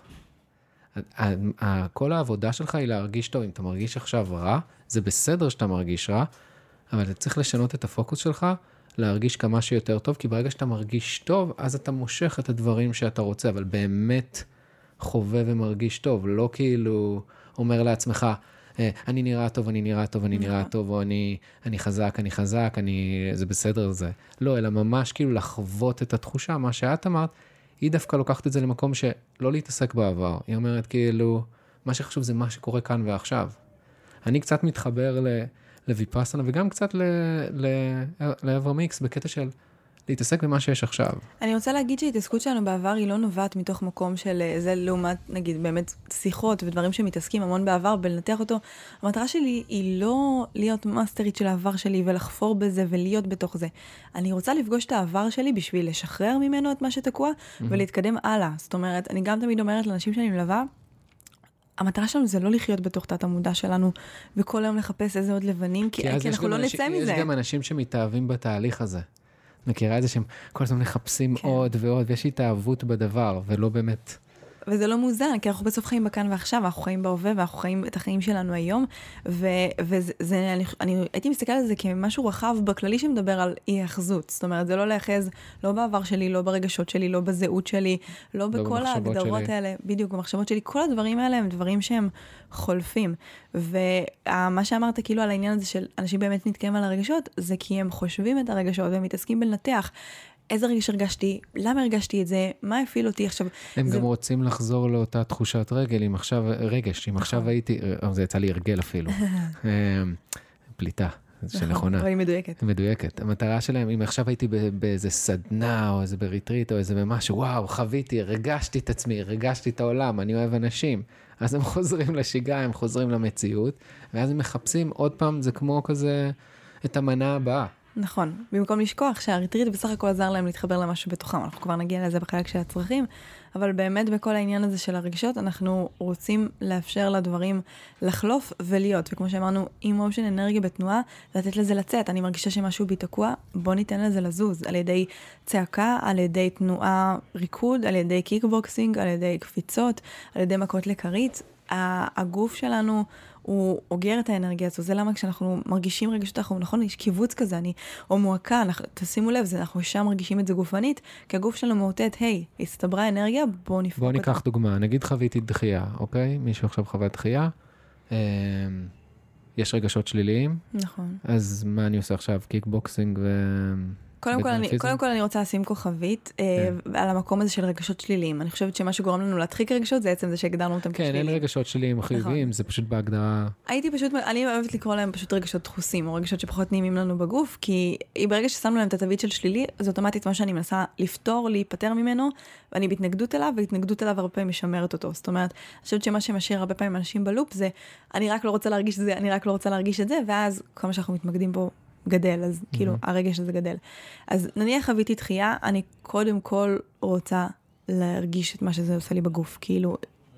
כל העבודה שלך היא להרגיש טוב, אם אתה מרגיש עכשיו רע, זה בסדר שאתה מרגיש רע, אבל אתה צריך לשנות את הפוקוס שלך, להרגיש כמה שיותר טוב, כי ברגע שאתה מרגיש טוב, אז אתה מושך את הדברים שאתה רוצה, אבל באמת חווה ומרגיש טוב, לא כאילו אומר לעצמך, אני נראה טוב, אני נראה טוב, אני נראה טוב, או אני חזק, אני חזק, זה בסדר זה. לא, אלא ממש כאילו לחוות את התחושה, מה שאת אמרת, היא דווקא לוקחת את זה למקום שלא להתעסק בעבר. היא אומרת כאילו, מה שחשוב זה מה שקורה כאן ועכשיו. אני קצת מתחבר לויפאסנה, וגם קצת לאברמיקס, בקטע של להתעסק במה שיש עכשיו. אני רוצה להגיד שההתעסקות שלנו בעבר היא לא נובעת מתוך מקום של זה לעומת, נגיד, באמת שיחות ודברים שמתעסקים המון בעבר, בלנתח אותו. המטרה שלי היא לא להיות מאסטרית של העבר שלי ולחפור בזה ולהיות בתוך זה. אני רוצה לפגוש את העבר שלי בשביל לשחרר ממנו את מה שתקוע ולהתקדם הלאה. זאת אומרת, אני גם תמיד אומרת לאנשים שאני מלווה, המטרה שלנו זה לא לחיות בתוך תת המודע שלנו, וכל היום לחפש איזה עוד לבנים, כי אנחנו לא נצא מזה. יש גם אנשים שמתאהבים בתהליך הזה. מכירה את זה שהם כל הזמן מחפשים עוד ועוד, ויש התאהבות בדבר, ולא באמת... וזה לא מוזן, כי אנחנו בסוף חיים בכאן ועכשיו, אנחנו חיים בהווה, ואנחנו חיים את החיים שלנו היום, אני הייתי מסתכל על זה כמשהו רחב בכללי שמדבר על אי-אחזות. זאת אומרת, זה לא להאחז, לא בעבר שלי, לא ברגשות שלי, לא בזהות שלי, לא בכל ההגדרות האלה, בדיוק, במחשבות שלי, כל הדברים האלה הם דברים שהם חולפים. ומה שאמרת כאילו על העניין הזה של אנשים באמת נתקיים על הרגשות, זה כי הם חושבים את הרגשות, והם מתעסקים בלנתח. איזה רגש הרגשתי, למה הרגשתי את זה, מה הפעיל אותי עכשיו. הם גם רוצים לחזור לאותה תחושת רגל, אם עכשיו הייתי, זה יצא לי הרגל אפילו, פליטה, שנכונה. אבל היא מדויקת. מדויקת. המטרה שלהם, אם עכשיו הייתי באיזה סדנה, או איזה בריטריט, או איזה במשהו, וואו, חוויתי, הרגשתי את עצמי, הרגשתי את העולם, אני אוהב אנשים. אז הם חוזרים לשגרה, הם חוזרים למציאות, ואז הם מחפשים עוד פעם, זה כמו כזה, את המנה הבאה. נכון, במקום לשכוח שהריטריט בסך הכל עזר להם להתחבר למשהו בתוכם, אנחנו כבר נגיע לזה בחלק של הצרכים, אבל באמת בכל העניין הזה של הרגשות, אנחנו רוצים לאפשר לדברים לחלוף ולהיות, וכמו שאמרנו, אימושן אנרגיה בתנועה, לתת לזה לצאת, אני מרגישה שמשהו בי תקוע, בוא ניתן לזה לזוז, על ידי צעקה, על ידי תנועה ריקוד, על ידי קיקבוקסינג, על ידי קפיצות, על ידי מכות לקרית, הגוף שלנו הוא אוגר את האנרגיה הזו, זה למה כשאנחנו מרגישים רגשות אנחנו, נכון, יש קיבוץ כזה, או מועקה, תשימו לב, אנחנו שם מרגישים את זה גופנית, כי הגוף שלנו מאותת, היי, הסתברה אנרגיה, בוא נפרוק. בוא ניקח דוגמה, נגיד חוויתי דחייה, אוקיי? מישהו עכשיו חווה דחייה, יש רגשות שליליים, נכון. אז מה אני עושה עכשיו? קיקבוקסינג קודם כל אני רוצה לשים כוכבית על המקום הזה של רגשות שליליים. אני חושבת שמה שגורם לנו להדחיק רגשות זה בעצם זה שהגדרנו אותם כשליליים. כן, אין רגשות שליליים חיוביים, זה פשוט בהגדרה. אני אוהבת לקרוא להם פשוט רגשות דחוסים, או רגשות שפחות נעימים לנו בגוף, כי ברגע ששמנו להם את התווית של שלילי, זה אוטומטית מה שאני מנסה לפתור, להיפטר ממנו, ואני בהתנגדות אליו, והתנגדות אליו הרבה פעמים משמרת אותו. זאת אומרת, אני חושבת שמה שמשאיר הרבה פעמים אנשים בלופ זה, אני רק לא רוצה להרגיש את זה, אני רק לא רוצה להרגיש את זה, ואז כל מה שאנחנו מתמקדים בו גדל, אז כאילו הרגש הזה גדל. אז נניח חוויתי דחייה, אני קודם כל רוצה להרגיש את מה שזה עושה לי בגוף, כאילו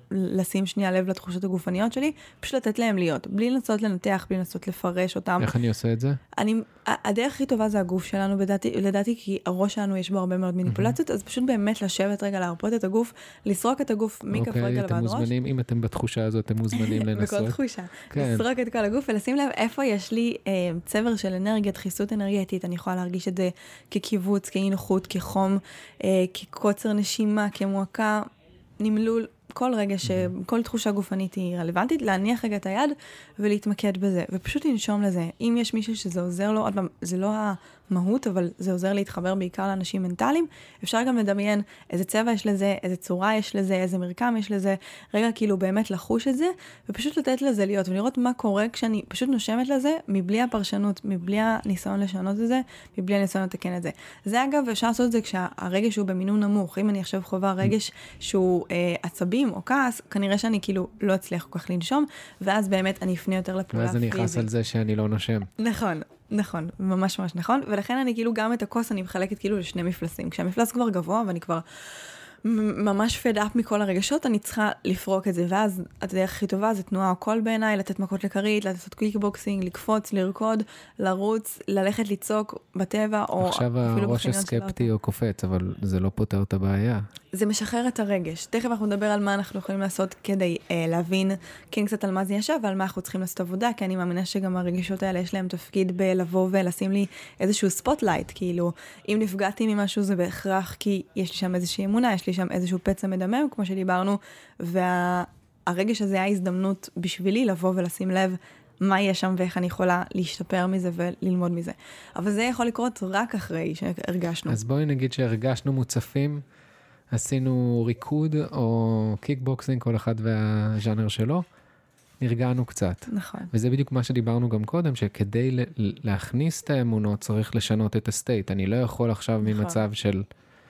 לשים שנייה לב לתחושות הגופניות שלי, פשוט לתת להם להיות, בלי לנסות לנתח, בלי לנסות לפרש אותם. איך אני עושה את זה? הדרך הכי טובה זה הגוף שלנו, לדעתי, כי הראש שלנו יש בו הרבה מאוד מניפולציות, אז פשוט באמת לשבת רגע, להרפות את הגוף, לסרוק את הגוף מכף רגע לבד ראש. אם אתם בתחושה הזאת, אתם מוזמנים לנסות. בכל תחושה. לסרוק את כל הגוף ולשים לב איפה יש לי צבר של אנרגיה, דחיסות אנרגטית, אני יכולה להרגיש את זה כקיבוץ, כאי-נוחות, כחום, כקוצר נשימה, כמועקה, נמלול, כל רגע כל תחושה גופנית היא רלוונטית, להניח רגע את היד ולהתמקד בזה, ופשוט לנשום לזה. אם יש מישהו שזה עוזר לו, זה לא המהות, אבל זה עוזר להתחבר בעיקר לאנשים מנטליים, אפשר גם לדמיין איזה צבע יש לזה, איזה צורה יש לזה, איזה מרקם יש לזה, רגע כאילו באמת לחוש את זה, ופשוט לתת לזה להיות, ולראות מה קורה כשאני פשוט נושמת לזה, מבלי הפרשנות, מבלי הניסיון לשנות את זה, מבלי הניסיון לתקן את זה. זה אגב, אפשר לעשות את זה כשהרגש הוא במינון נמוך, אם אני עכשיו חובה רגש שהוא עצבים או כעס, כנראה שאני כאילו לא אצליח כל כך לנשום, ואז באמת אני אפנה יותר לפעולה פיזית. ואז אני נכנס על זה שאני לא נושם. נכון, ממש ממש נכון, ולכן אני כאילו גם את הכוס אני מחלקת כאילו לשני מפלסים. כשהמפלס כבר גבוה ואני כבר ממש fed up מכל הרגשות, אני צריכה לפרוק את זה, ואז הדרך הכי טובה זה תנועה או קול בעיניי, לתת מכות לקרית, לעשות קוויקבוקסינג, לקפוץ, לרקוד, לרוץ, ללכת לצעוק בטבע, או עכשיו הראש הסקפטי או קופץ, אבל זה לא פותר את הבעיה. זה משחרר את הרגש. תכף אנחנו נדבר על מה אנחנו יכולים לעשות כדי להבין כן קצת על מה זה ישב, ועל מה אנחנו צריכים לעשות עבודה, כי אני מאמינה שגם הרגשות האלה יש להם תפקיד בלבוא ולשים לי איזשהו ספוטלייט, כאילו אם נפגעתי ממשהו זה בהכרח כי יש לי שם איזושהי אמונה, יש לי שם איזשהו פצע מדמם, כמו שדיברנו, והרגש הזה היה הזדמנות בשבילי לבוא ולשים לב מה יש שם ואיך אני יכולה להשתפר מזה וללמוד מזה. אבל זה יכול לקרות רק אחרי שהרגשנו. אז בואי נגיד שהרגשנו מוצפים, עשינו ריקוד או קיקבוקסינג, כל אחד והז'אנר שלו, נרגענו קצת. נכון. וזה בדיוק מה שדיברנו גם קודם, שכדי להכניס את האמונות צריך לשנות את הסטייט. אני לא יכול עכשיו ממצב של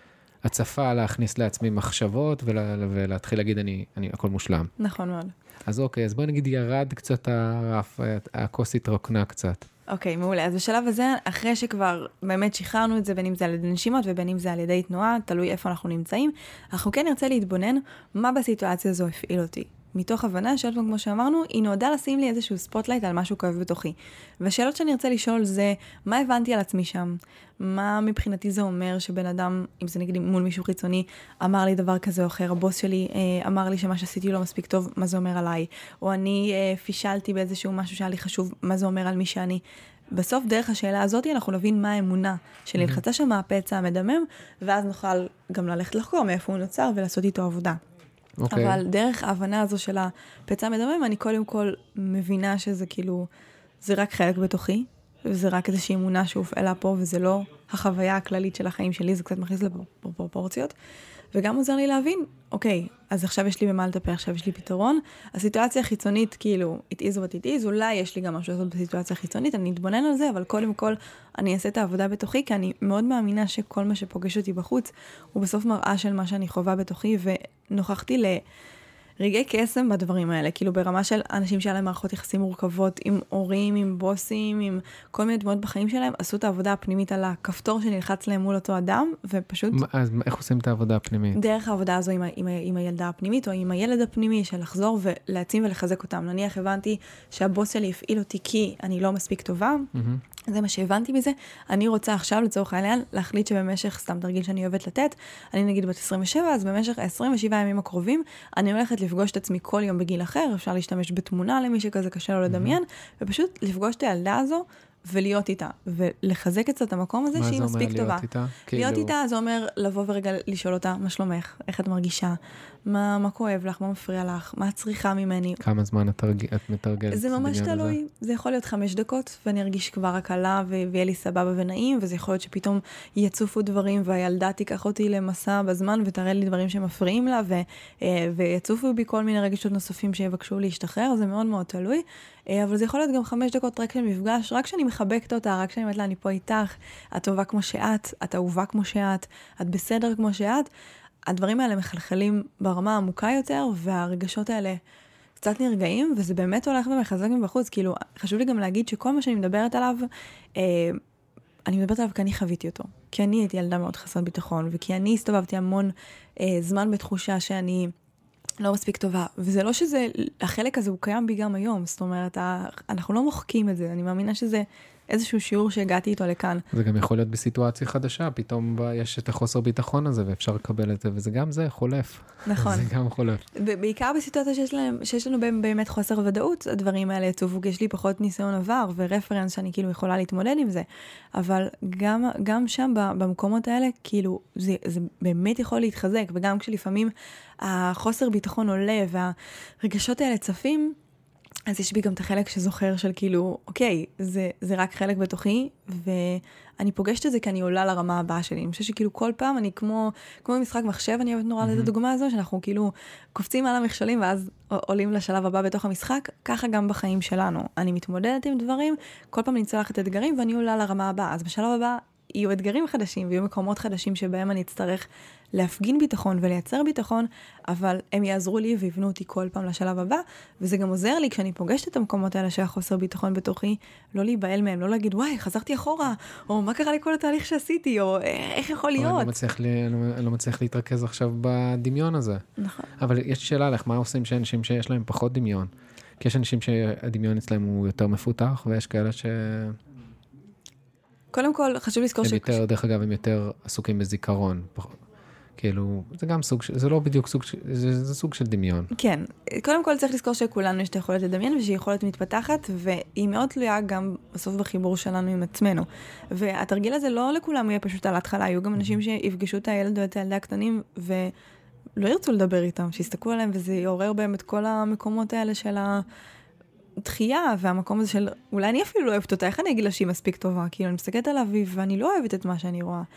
הצפה להכניס לעצמי מחשבות ולהתחיל להגיד אני הכל מושלם. נכון מאוד. אז אוקיי, אז בואי נגיד ירד קצת הרף, הכוס התרוקנה קצת. אוקיי, מעולה. אז בשלב הזה, אחרי שכבר באמת שחררנו את זה, בין אם זה על ידי נשימות ובין אם זה על ידי תנועה, תלוי איפה אנחנו נמצאים, אנחנו כן נרצה להתבונן מה בסיטואציה הזו הפעיל אותי. מתוך הבנה, שאלות כמו שאמרנו, היא נועדה לשים לי איזשהו ספוטלייט על משהו כואב בתוכי. והשאלות שאני ארצה לשאול זה, מה הבנתי על עצמי שם? מה מבחינתי זה אומר שבן אדם, אם זה נגיד מול מישהו חיצוני, אמר לי דבר כזה או אחר, הבוס שלי אמר לי שמה שעשיתי לא מספיק טוב, מה זה אומר עליי? או אני פישלתי באיזשהו משהו שהיה לי חשוב, מה זה אומר על מי שאני? בסוף דרך השאלה הזאת אנחנו נבין מה האמונה שנלחצה שם מהפצע המדמם, ואז נוכל גם ללכת לחקור מאיפה הוא נוצר ולעשות איתו עבודה. אבל דרך ההבנה הזו של הפצע המדמם, אני קודם כל מבינה שזה כאילו, זה רק חלק בתוכי, וזה רק איזושהי אמונה שהופעלה פה, וזה לא החוויה הכללית של החיים שלי, זה קצת מכניס לפרופורציות, וגם עוזר לי להבין, אוקיי, אז עכשיו יש לי במה לטפל, עכשיו יש לי פתרון, הסיטואציה החיצונית, כאילו, it is what it is, אולי יש לי גם משהו לעשות בסיטואציה החיצונית, אני אתבונן על זה, אבל קודם כל אני אעשה את העבודה בתוכי, כי אני מאוד מאמינה שכל מה שפוגש אותי בחוץ, הוא בסוף מראה של מה שאני חווה בתוכי, ונוכחתי רגעי קסם בדברים האלה, כאילו ברמה של אנשים שהיה להם מערכות יחסים מורכבות, עם הורים, עם בוסים, עם כל מיני דמות בחיים שלהם, עשו את העבודה הפנימית על הכפתור שנלחץ להם מול אותו אדם, ופשוט... אז איך עושים את העבודה הפנימית? דרך העבודה הזו עם הילדה הפנימית, או עם הילד הפנימי, של לחזור ולהעצים ולחזק אותם. נניח הבנתי שהבוס שלי הפעיל אותי כי אני לא מספיק טובה, זה מה שהבנתי מזה. אני רוצה עכשיו לצורך העניין להחליט שבמשך, סתם תרגיל שאני אוהבת לתת, אני נגיד בת 27, אז במשך 27 ימים הקרובים, אני הולכת לפגוש את עצמי כל יום בגיל אחר, אפשר להשתמש בתמונה למי שכזה קשה לו לדמיין, ופשוט לפגוש את הילדה הזו, ולהיות איתה, ולחזק קצת את המקום הזה שהיא מספיק טובה. להיות איתה? להיות איתה זה אומר לבוא ורגע לשאול אותה, מה שלומך? איך את מרגישה? מה כואב לך? מה מפריע לך? מה את צריכה ממני? כמה זמן את מתרגלת? זה ממש תלוי. זה יכול להיות 5 דקות, ואני ארגיש כבר הקלה, ויהיה לי סבבה ונעים, וזה יכול להיות שפתאום יצופו דברים, והילדה תיקח אותי למסע בזמן, ותראה לי דברים שמפריעים לה, ויצופו בי כל מיני רגשות נוספים שיבקשו להשתחרר, זה מאוד מאוד תלוי. אבל זה יכול להיות גם 5 דקות רק של מפגש, רק שאני מחבקת אותה, רק שאני אומרת לה, אני פה איתך, את טובה כמו שאת, את אהובה כמו שאת, את בסדר כמו שאת. הדברים האלה מחלחלים ברמה העמוקה יותר, והרגשות האלה קצת נרגעים, וזה באמת הולך ומחזק מבחוץ. כאילו, חשוב לי גם להגיד שכל מה שאני מדברת עליו, אני מדברת עליו כי אני חוויתי אותו. כי אני הייתי ילדה מאוד חסרת ביטחון, וכי אני הסתובבתי המון זמן בתחושה שאני לא מספיק טובה. וזה לא שזה, החלק הזה הוא קיים בי גם היום. זאת אומרת, אנחנו לא מוחקים את זה. אני מאמינה שזה איזשהו שיעור שהגעתי איתו לכאן. זה גם יכול להיות בסיטואציה חדשה, פתאום יש את החוסר ביטחון הזה, ואפשר לקבל את זה, וזה גם זה חולף. נכון. זה גם חולף. בעיקר בסיטואציה שיש לנו באמת חוסר ודאות, הדברים האלה יצאו, יש לי פחות ניסיון עבר, ורפרנס שאני כאילו יכולה להתמודד עם זה. אבל גם שם, במקומות האלה, כאילו, זה באמת יכול להתחזק, וגם כשלפעמים החוסר ביטחון עולה, והרגשות האלה צפים, אז יש בי גם את החלק שזוכר של כאילו, אוקיי, זה רק חלק בתוכי, ואני פוגשת את זה כי אני עולה לרמה הבאה שלי. אני חושבת שכאילו כל פעם אני כמו במשחק מחשב, אני אוהבת נורא את הדוגמה הזו, שאנחנו כאילו קופצים על המכשולים, ואז עולים לשלב הבא בתוך המשחק, ככה גם בחיים שלנו. אני מתמודדת עם דברים, כל פעם אני צולחת אתגרים, ואני עולה לרמה הבאה. אז בשלב הבא יהיו אתגרים חדשים, ויהיו מקומות חדשים שבהם אני אצטרך להפגין ביטחון ולייצר ביטחון, אבל הם יעזרו לי ויבנו אותי כל פעם לשלב הבא, וזה גם עוזר לי כשאני פוגשת את המקומות האלה שהחוסר ביטחון בתוכי, לא להיבהל מהם, לא להגיד, וואי, חזרתי אחורה, או מה קרה לי כל התהליך שעשיתי, או איך יכול להיות. אני לא מצליח להתרכז עכשיו בדמיון הזה. נכון. אבל יש שאלה לך, מה עושים שאנשים שיש להם פחות דמיון? כי יש אנשים שהדמיון אצלם הוא יותר מפותח, ויש כאלה ש... קודם כל, חשוב לזכור יותר, דרך אגב, הם יותר עסוקים בזיכרון. כאילו, זה גם סוג, זה לא בדיוק סוג, זה סוג של דמיון. כן. קודם כל צריך לזכור שכולנו יש את היכולת לדמיין, ושהיא יכולת מתפתחת, והיא מאוד תלויה גם בסוף בחיבור שלנו עם עצמנו. והתרגיל הזה לא לכולם יהיה פשוט על ההתחלה, היו גם אנשים שיפגשו את הילד או את הילדה הקטנים, ולא ירצו לדבר איתם, שיסתכלו עליהם, וזה יעורר בהם את כל המקומות האלה של הדחייה, והמקום הזה של, אולי אני אפילו לא אוהבת אותה, איך אני אגיד לה שהיא מספיק טובה? כאילו, אני מסתכלת עליו, ואני לא אוהבת את מה שאני רואה.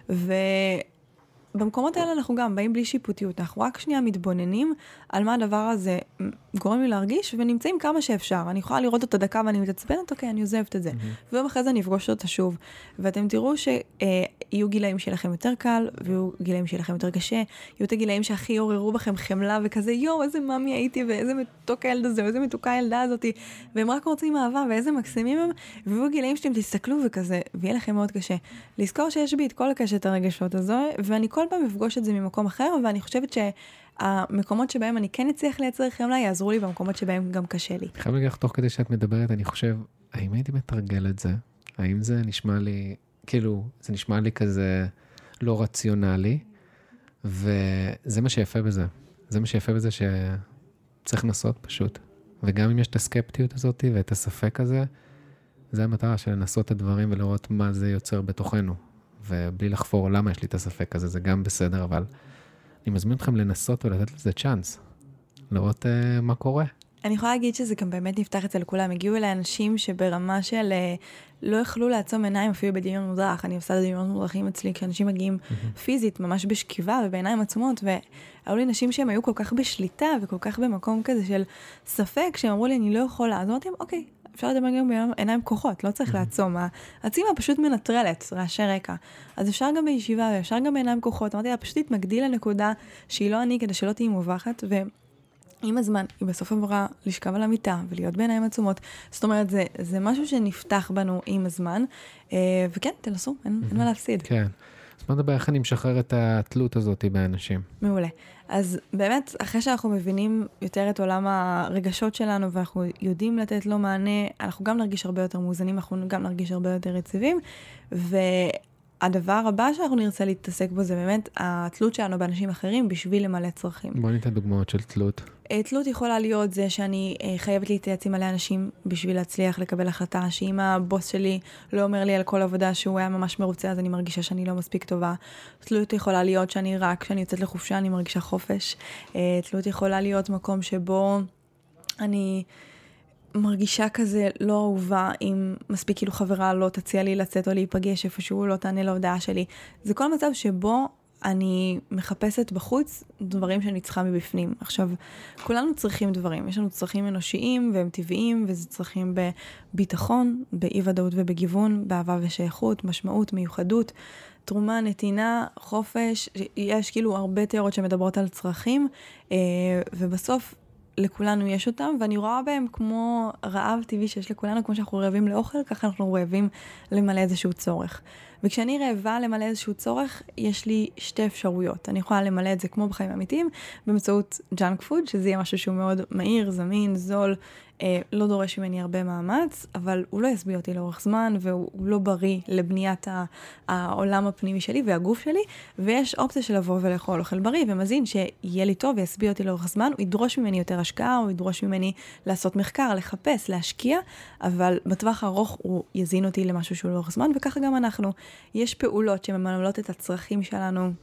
במקומות האלה אנחנו גם באים בלי שיפוטיות, אנחנו רק שנייה מתבוננים על מה הדבר הזה גורם לי להרגיש, ונמצאים כמה שאפשר. אני יכולה לראות אותה דקה ואני מתעצבנת, אוקיי, אני עוזבת את זה. ויום אחרי זה אני אפגוש אותה שוב. ואתם תראו שיהיו גילאים שלכם יותר קל, ויהיו גילאים שלכם יותר קשה, יהיו את הגילאים שהכי עוררו בכם חמלה, וכזה, יו, איזה מאמי הייתי, ואיזה מתוק הילד הזה, ואיזה מתוקה הילדה הזאת, והם רק רוצים אהבה, ואיזה מקסימים הם, ויהיו גילאים שאתם תסתכלו וכזה, ויהיה לכם מאוד קשה. לזכור שיש בי את כל הקשת הרגשות הזו, ואני כל פעם אפגוש את זה ממקום אחר, ואני חושבת שהמקומות שבהם אני כן אצליח לייצר חמלה, יעזרו לי במקומות שבהם גם קשה לי. חייב להגיד לך, תוך כדי שאת מדברת, אני חושב, האם הייתי מתרגל את זה? האם זה נשמע לי, כאילו, זה נשמע לי כזה לא רציונלי, וזה מה שיפה בזה. זה מה שיפה בזה שצריך לנסות פשוט. וגם אם יש את הסקפטיות הזאת ואת הספק הזה, זה המטרה של לנסות את הדברים ולראות מה זה יוצר בתוכנו. ובלי לחפור למה יש לי את הספק הזה, זה גם בסדר, אבל אני מזמין אתכם לנסות ולתת לזה צ'אנס, לראות מה קורה. אני יכולה להגיד שזה גם באמת נפתח אצל כולם. הגיעו אליי אנשים שברמה של לא יכלו לעצום עיניים אפילו בדמיון מודרך. אני עושה דמיון מודרכים אצלי, כשאנשים מגיעים פיזית, ממש בשכיבה ובעיניים עצומות, והיו לי נשים שהם היו כל כך בשליטה וכל כך במקום כזה של ספק, שהם אמרו לי, אני לא יכולה. אז אמרתי, אוקיי, אפשר לדבר גם בעיניים כוחות, לא צריך לעצום. העצימה פשוט מנטרלת, רעשי רקע. אז אפשר גם בישיבה, ואפשר גם בעיניים כוחות. אמרתי לה, פשוט תתמקדי לנקודה שהיא לא אני, כדי שלא תהי מובכת, ועם הזמן, היא בסוף אמרה לשכב על המיטה, ולהיות בעיניים עצומות. זאת אומרת, זה משהו שנפתח בנו עם הזמן, וכן, תנסו, אין מה להפסיד. כן. אז בוא נדבר איך אני משחרר את התלות הזאת באנשים. מעולה. אז באמת, אחרי שאנחנו מבינים יותר את עולם הרגשות שלנו, ואנחנו יודעים לתת לו מענה, אנחנו גם נרגיש הרבה יותר מאוזנים, אנחנו גם נרגיש הרבה יותר יציבים, והדבר הבא שאנחנו נרצה להתעסק בו, זה באמת התלות שלנו באנשים אחרים, בשביל למלא צרכים. בוא ניתן דוגמאות של תלות. תלות יכולה להיות זה שאני חייבת להתייעץ עם מלא אנשים בשביל להצליח לקבל החלטה, שאם הבוס שלי לא אומר לי על כל עבודה שהוא היה ממש מרוצה, אז אני מרגישה שאני לא מספיק טובה. תלות יכולה להיות שאני רק, כשאני יוצאת לחופשה, אני מרגישה חופש. תלות יכולה להיות מקום שבו אני מרגישה כזה לא אהובה, אם מספיק כאילו חברה לא תציע לי לצאת או להיפגש איפשהו, לא תענה להודעה שלי. זה כל מצב שבו אני מחפשת בחוץ דברים שאני צריכה מבפנים. עכשיו, כולנו צריכים דברים. יש לנו צרכים אנושיים והם טבעיים, וזה צרכים בביטחון, באי-ודאות ובגיוון, באהבה ושייכות, משמעות, מיוחדות, תרומה, נתינה, חופש. יש כאילו הרבה תיאוריות שמדברות על צרכים, ובסוף לכולנו יש אותם, ואני רואה בהם כמו רעב טבעי שיש לכולנו, כמו שאנחנו רעבים לאוכל, ככה אנחנו רעבים למלא איזשהו צורך. וכשאני רעבה למלא איזשהו צורך, יש לי שתי אפשרויות. אני יכולה למלא את זה כמו בחיים האמיתיים, באמצעות ג'אנק פוד, שזה יהיה משהו שהוא מאוד מהיר, זמין, זול, לא דורש ממני הרבה מאמץ, אבל הוא לא יסביע אותי לאורך זמן, והוא לא בריא לבניית העולם הפנימי שלי והגוף שלי, ויש אופציה של לבוא ולאכול אוכל בריא ומזין, שיהיה לי טוב ויסביע אותי לאורך זמן, הוא ידרוש ממני יותר השקעה, הוא ידרוש ממני לעשות מחקר, לחפש, להשקיע, אבל בטווח הארוך הוא יזין אותי למשהו שהוא לאורך זמן, וככה גם אנחנו. יש פעולות שממלאות את הצרכים שלנו,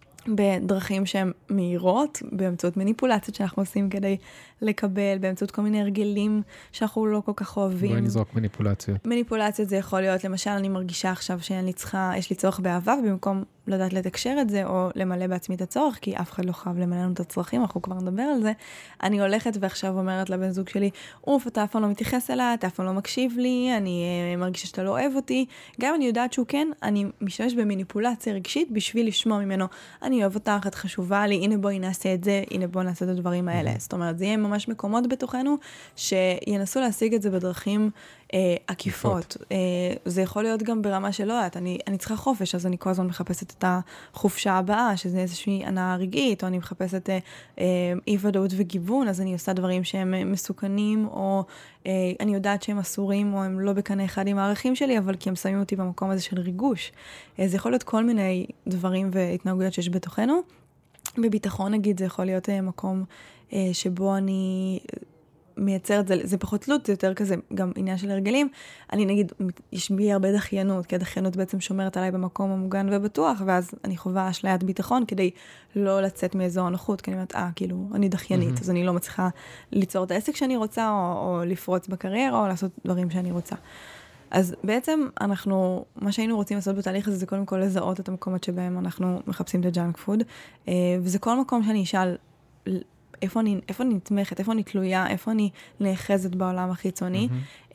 בדרכים שהן מהירות, באמצעות מניפולציות שאנחנו עושים כדי לקבל, באמצעות כל מיני הרגלים שאנחנו לא כל כך אוהבים. בואי נזרוק מניפולציות. מניפולציות זה יכול להיות, למשל, אני מרגישה עכשיו יש לי צורך באהבה, ובמקום לדעת לתקשר את זה, או למלא בעצמי את הצורך, כי אף אחד לא חייב למלא לנו את הצרכים, אנחנו כבר נדבר על זה, אני הולכת ועכשיו אומרת לבן זוג שלי, אתה אף פעם לא מתייחס אליי, אתה אף פעם לא מקשיב לי, אני מרגישה שאתה לא אוהב אותי, גם אני יודעת שהוא כן, אני משתמש במניפולציה רגשית, בשביל לשמוע ממנו, אני אוהב אותך, את חשובה לי, הנה בואי נעשה את זה, הנה בואי נעשה את הדברים האלה. זאת אומרת, זה יהיה ממש מקומות בתוכנו, שינסו להשיג את זה בדרכים עקיפות. זה יכול להיות גם ברמה שלא, אני צריכה חופש, אז אני כל הזמן מחפשת את החופשה הבאה, שזה איזושהי הנאה רגעית, או אני מחפשת אי-ודאות וגיוון, אז אני עושה דברים שהם מסוכנים, או אני יודעת שהם אסורים, או הם לא בקנה אחד עם הערכים שלי, אבל כי הם שמים אותי במקום הזה של ריגוש. זה יכול להיות כל מיני דברים והתנהגויות שיש בתוכנו. בביטחון, נגיד, זה יכול להיות מקום שבו אני מייצרת, זה פחות תלות, זה יותר כזה גם עניין של הרגלים. אני נגיד, יש בי הרבה דחיינות, כי הדחיינות בעצם שומרת עליי במקום המוגן ובטוח, ואז אני חובה אשליית ביטחון כדי לא לצאת מאזור הנוחות, כי אני אומרת, כאילו, אני דחיינית, אז אני לא מצליחה ליצור את העסק שאני רוצה, או לפרוץ בקריירה, או לעשות דברים שאני רוצה. אז בעצם מה שהיינו רוצים לעשות בתהליך הזה, זה קודם כל לזהות את המקומות שבהם אנחנו מחפשים את הג'אנק פוד, וזה כל מקום שאני אשאל, איפה אני נתמכת, איפה אני תלויה, איפה אני נאחזת בעולם החיצוני,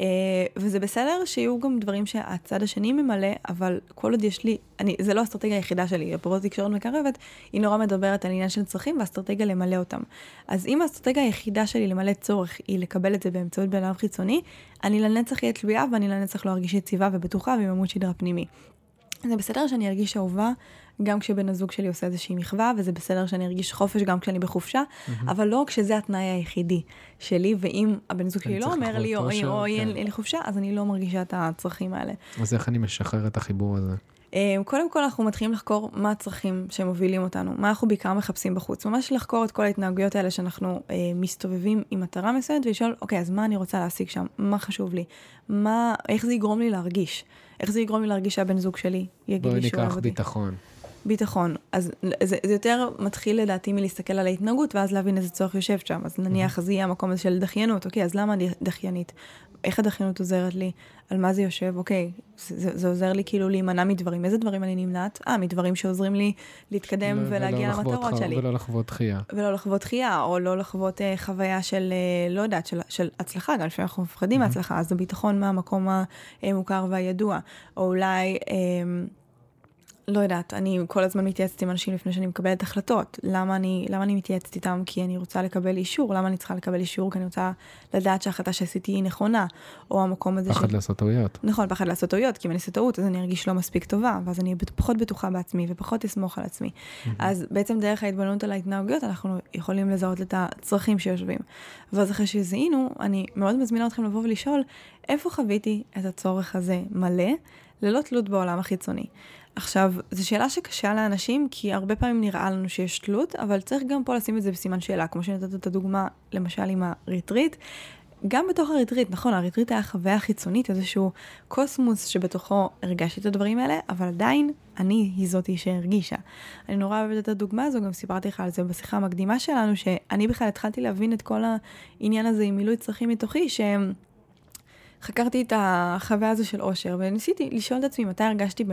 וזה בסדר שיהיו גם דברים שהצד השני ממלא, אבל כל עוד יש לי, זה לא האסטרטגיה היחידה שלי, הפרוט תקשורת מקרבת, היא נורא מדברת על עניין של צרכים, והאסטרטגיה למלא אותם. אז אם האסטרטגיה היחידה שלי למלא צורך, היא לקבל את זה באמצעות בעולם חיצוני, אני לנצח יהיה תלויה, ואני לנצח לא ארגיש יציבה ובטוחה, ועם עמוד שדרה פנימי. זה בסדר שאני ארגיש אהובה, גם כשבן הזוג שלי עושה איזושהי מחווה, וזה בסדר שאני ארגיש חופש גם כשאני בחופשה, אבל לא כשזה התנאי היחידי שלי, ואם הבן זוג שלי לא אומר לי, או אין לי חופשה, אז אני לא מרגישה את הצרכים האלה. אז איך אני משחרר את החיבור הזה? קודם כל אנחנו מתחילים לחקור מה הצרכים שמובילים אותנו, מה אנחנו בעיקר מחפשים בחוץ, ממש לחקור את כל ההתנהגויות האלה שאנחנו מסתובבים עם מטרה מסוימת, ולשאול, אוקיי, אז מה אני רוצה להשיג שם? מה חשוב לי? איך זה יגרום לי להרגיש? איך זה יגרום לי להרגיש שהבן זוג שלי יגיד לי שהוא אוהב אותי? בואי ניקח ביטחון. ביטחון. אז זה יותר מתחיל לדעתי מלהסתכל על ההתנהגות, ואז להבין איזה צורך יושב שם. אז נניח זה יהיה המקום הזה של דחיינות. אוקיי, אז למה אני דחיינית? איך הדחיינות עוזרת לי? על מה זה יושב? אוקיי, זה עוזר לי כאילו להימנע מדברים. איזה דברים אני נמנעת? מדברים שעוזרים לי להתקדם ולהגיע למטרות שלי. ולא לחוות דחייה. ולא לחוות דחייה, או לא לחוות חוויה של, לא יודעת, של הצלחה, גם לפעמים אנחנו מפחדים מהצלחה, אז הביטחון מהמקום המוכר והידוע. או אולי לא יודעת, אני כל הזמן מתייעצת עם אנשים לפני שאני מקבלת החלטות. למה אני מתייעצת איתם? כי אני רוצה לקבל אישור. למה אני צריכה לקבל אישור? כי אני רוצה לדעת שההחלטה שעשיתי היא נכונה. או המקום הזה פחד לעשות טעויות. נכון, פחד לעשות טעויות, כי אם אני אעשה טעות, אז אני ארגיש לא מספיק טובה, ואז אני פחות בטוחה בעצמי, ופחות אסמוך על עצמי. אז בעצם דרך ההתבוננות על ההתנהגויות, אנחנו יכולים לזהות את הצרכים שיושבים. ואז אחרי שזיהינו, אני מאוד מזמינה אתכם לבוא ולשאול, איפה חוויתי את הצורך הזה מלא, ללא תלות בעולם החיצוני. עכשיו, זו שאלה שקשה לאנשים, כי הרבה פעמים נראה לנו שיש תלות, אבל צריך גם פה לשים את זה בסימן שאלה, כמו שנתת את הדוגמה, למשל עם הריטריט. גם בתוך הריטריט, נכון, הריטריט היה חוויה חיצונית, איזשהו קוסמוס שבתוכו הרגשתי את הדברים האלה, אבל עדיין אני היא זאתי שהרגישה. אני נורא אוהבת את הדוגמה הזו, גם סיפרתי לך על זה בשיחה המקדימה שלנו, שאני בכלל התחלתי להבין את כל העניין הזה עם מילוי צרכים מתוכי, חקרתי את החוויה הזו של אושר, וניסיתי לשאול את עצמי מתי הרגשתי באמת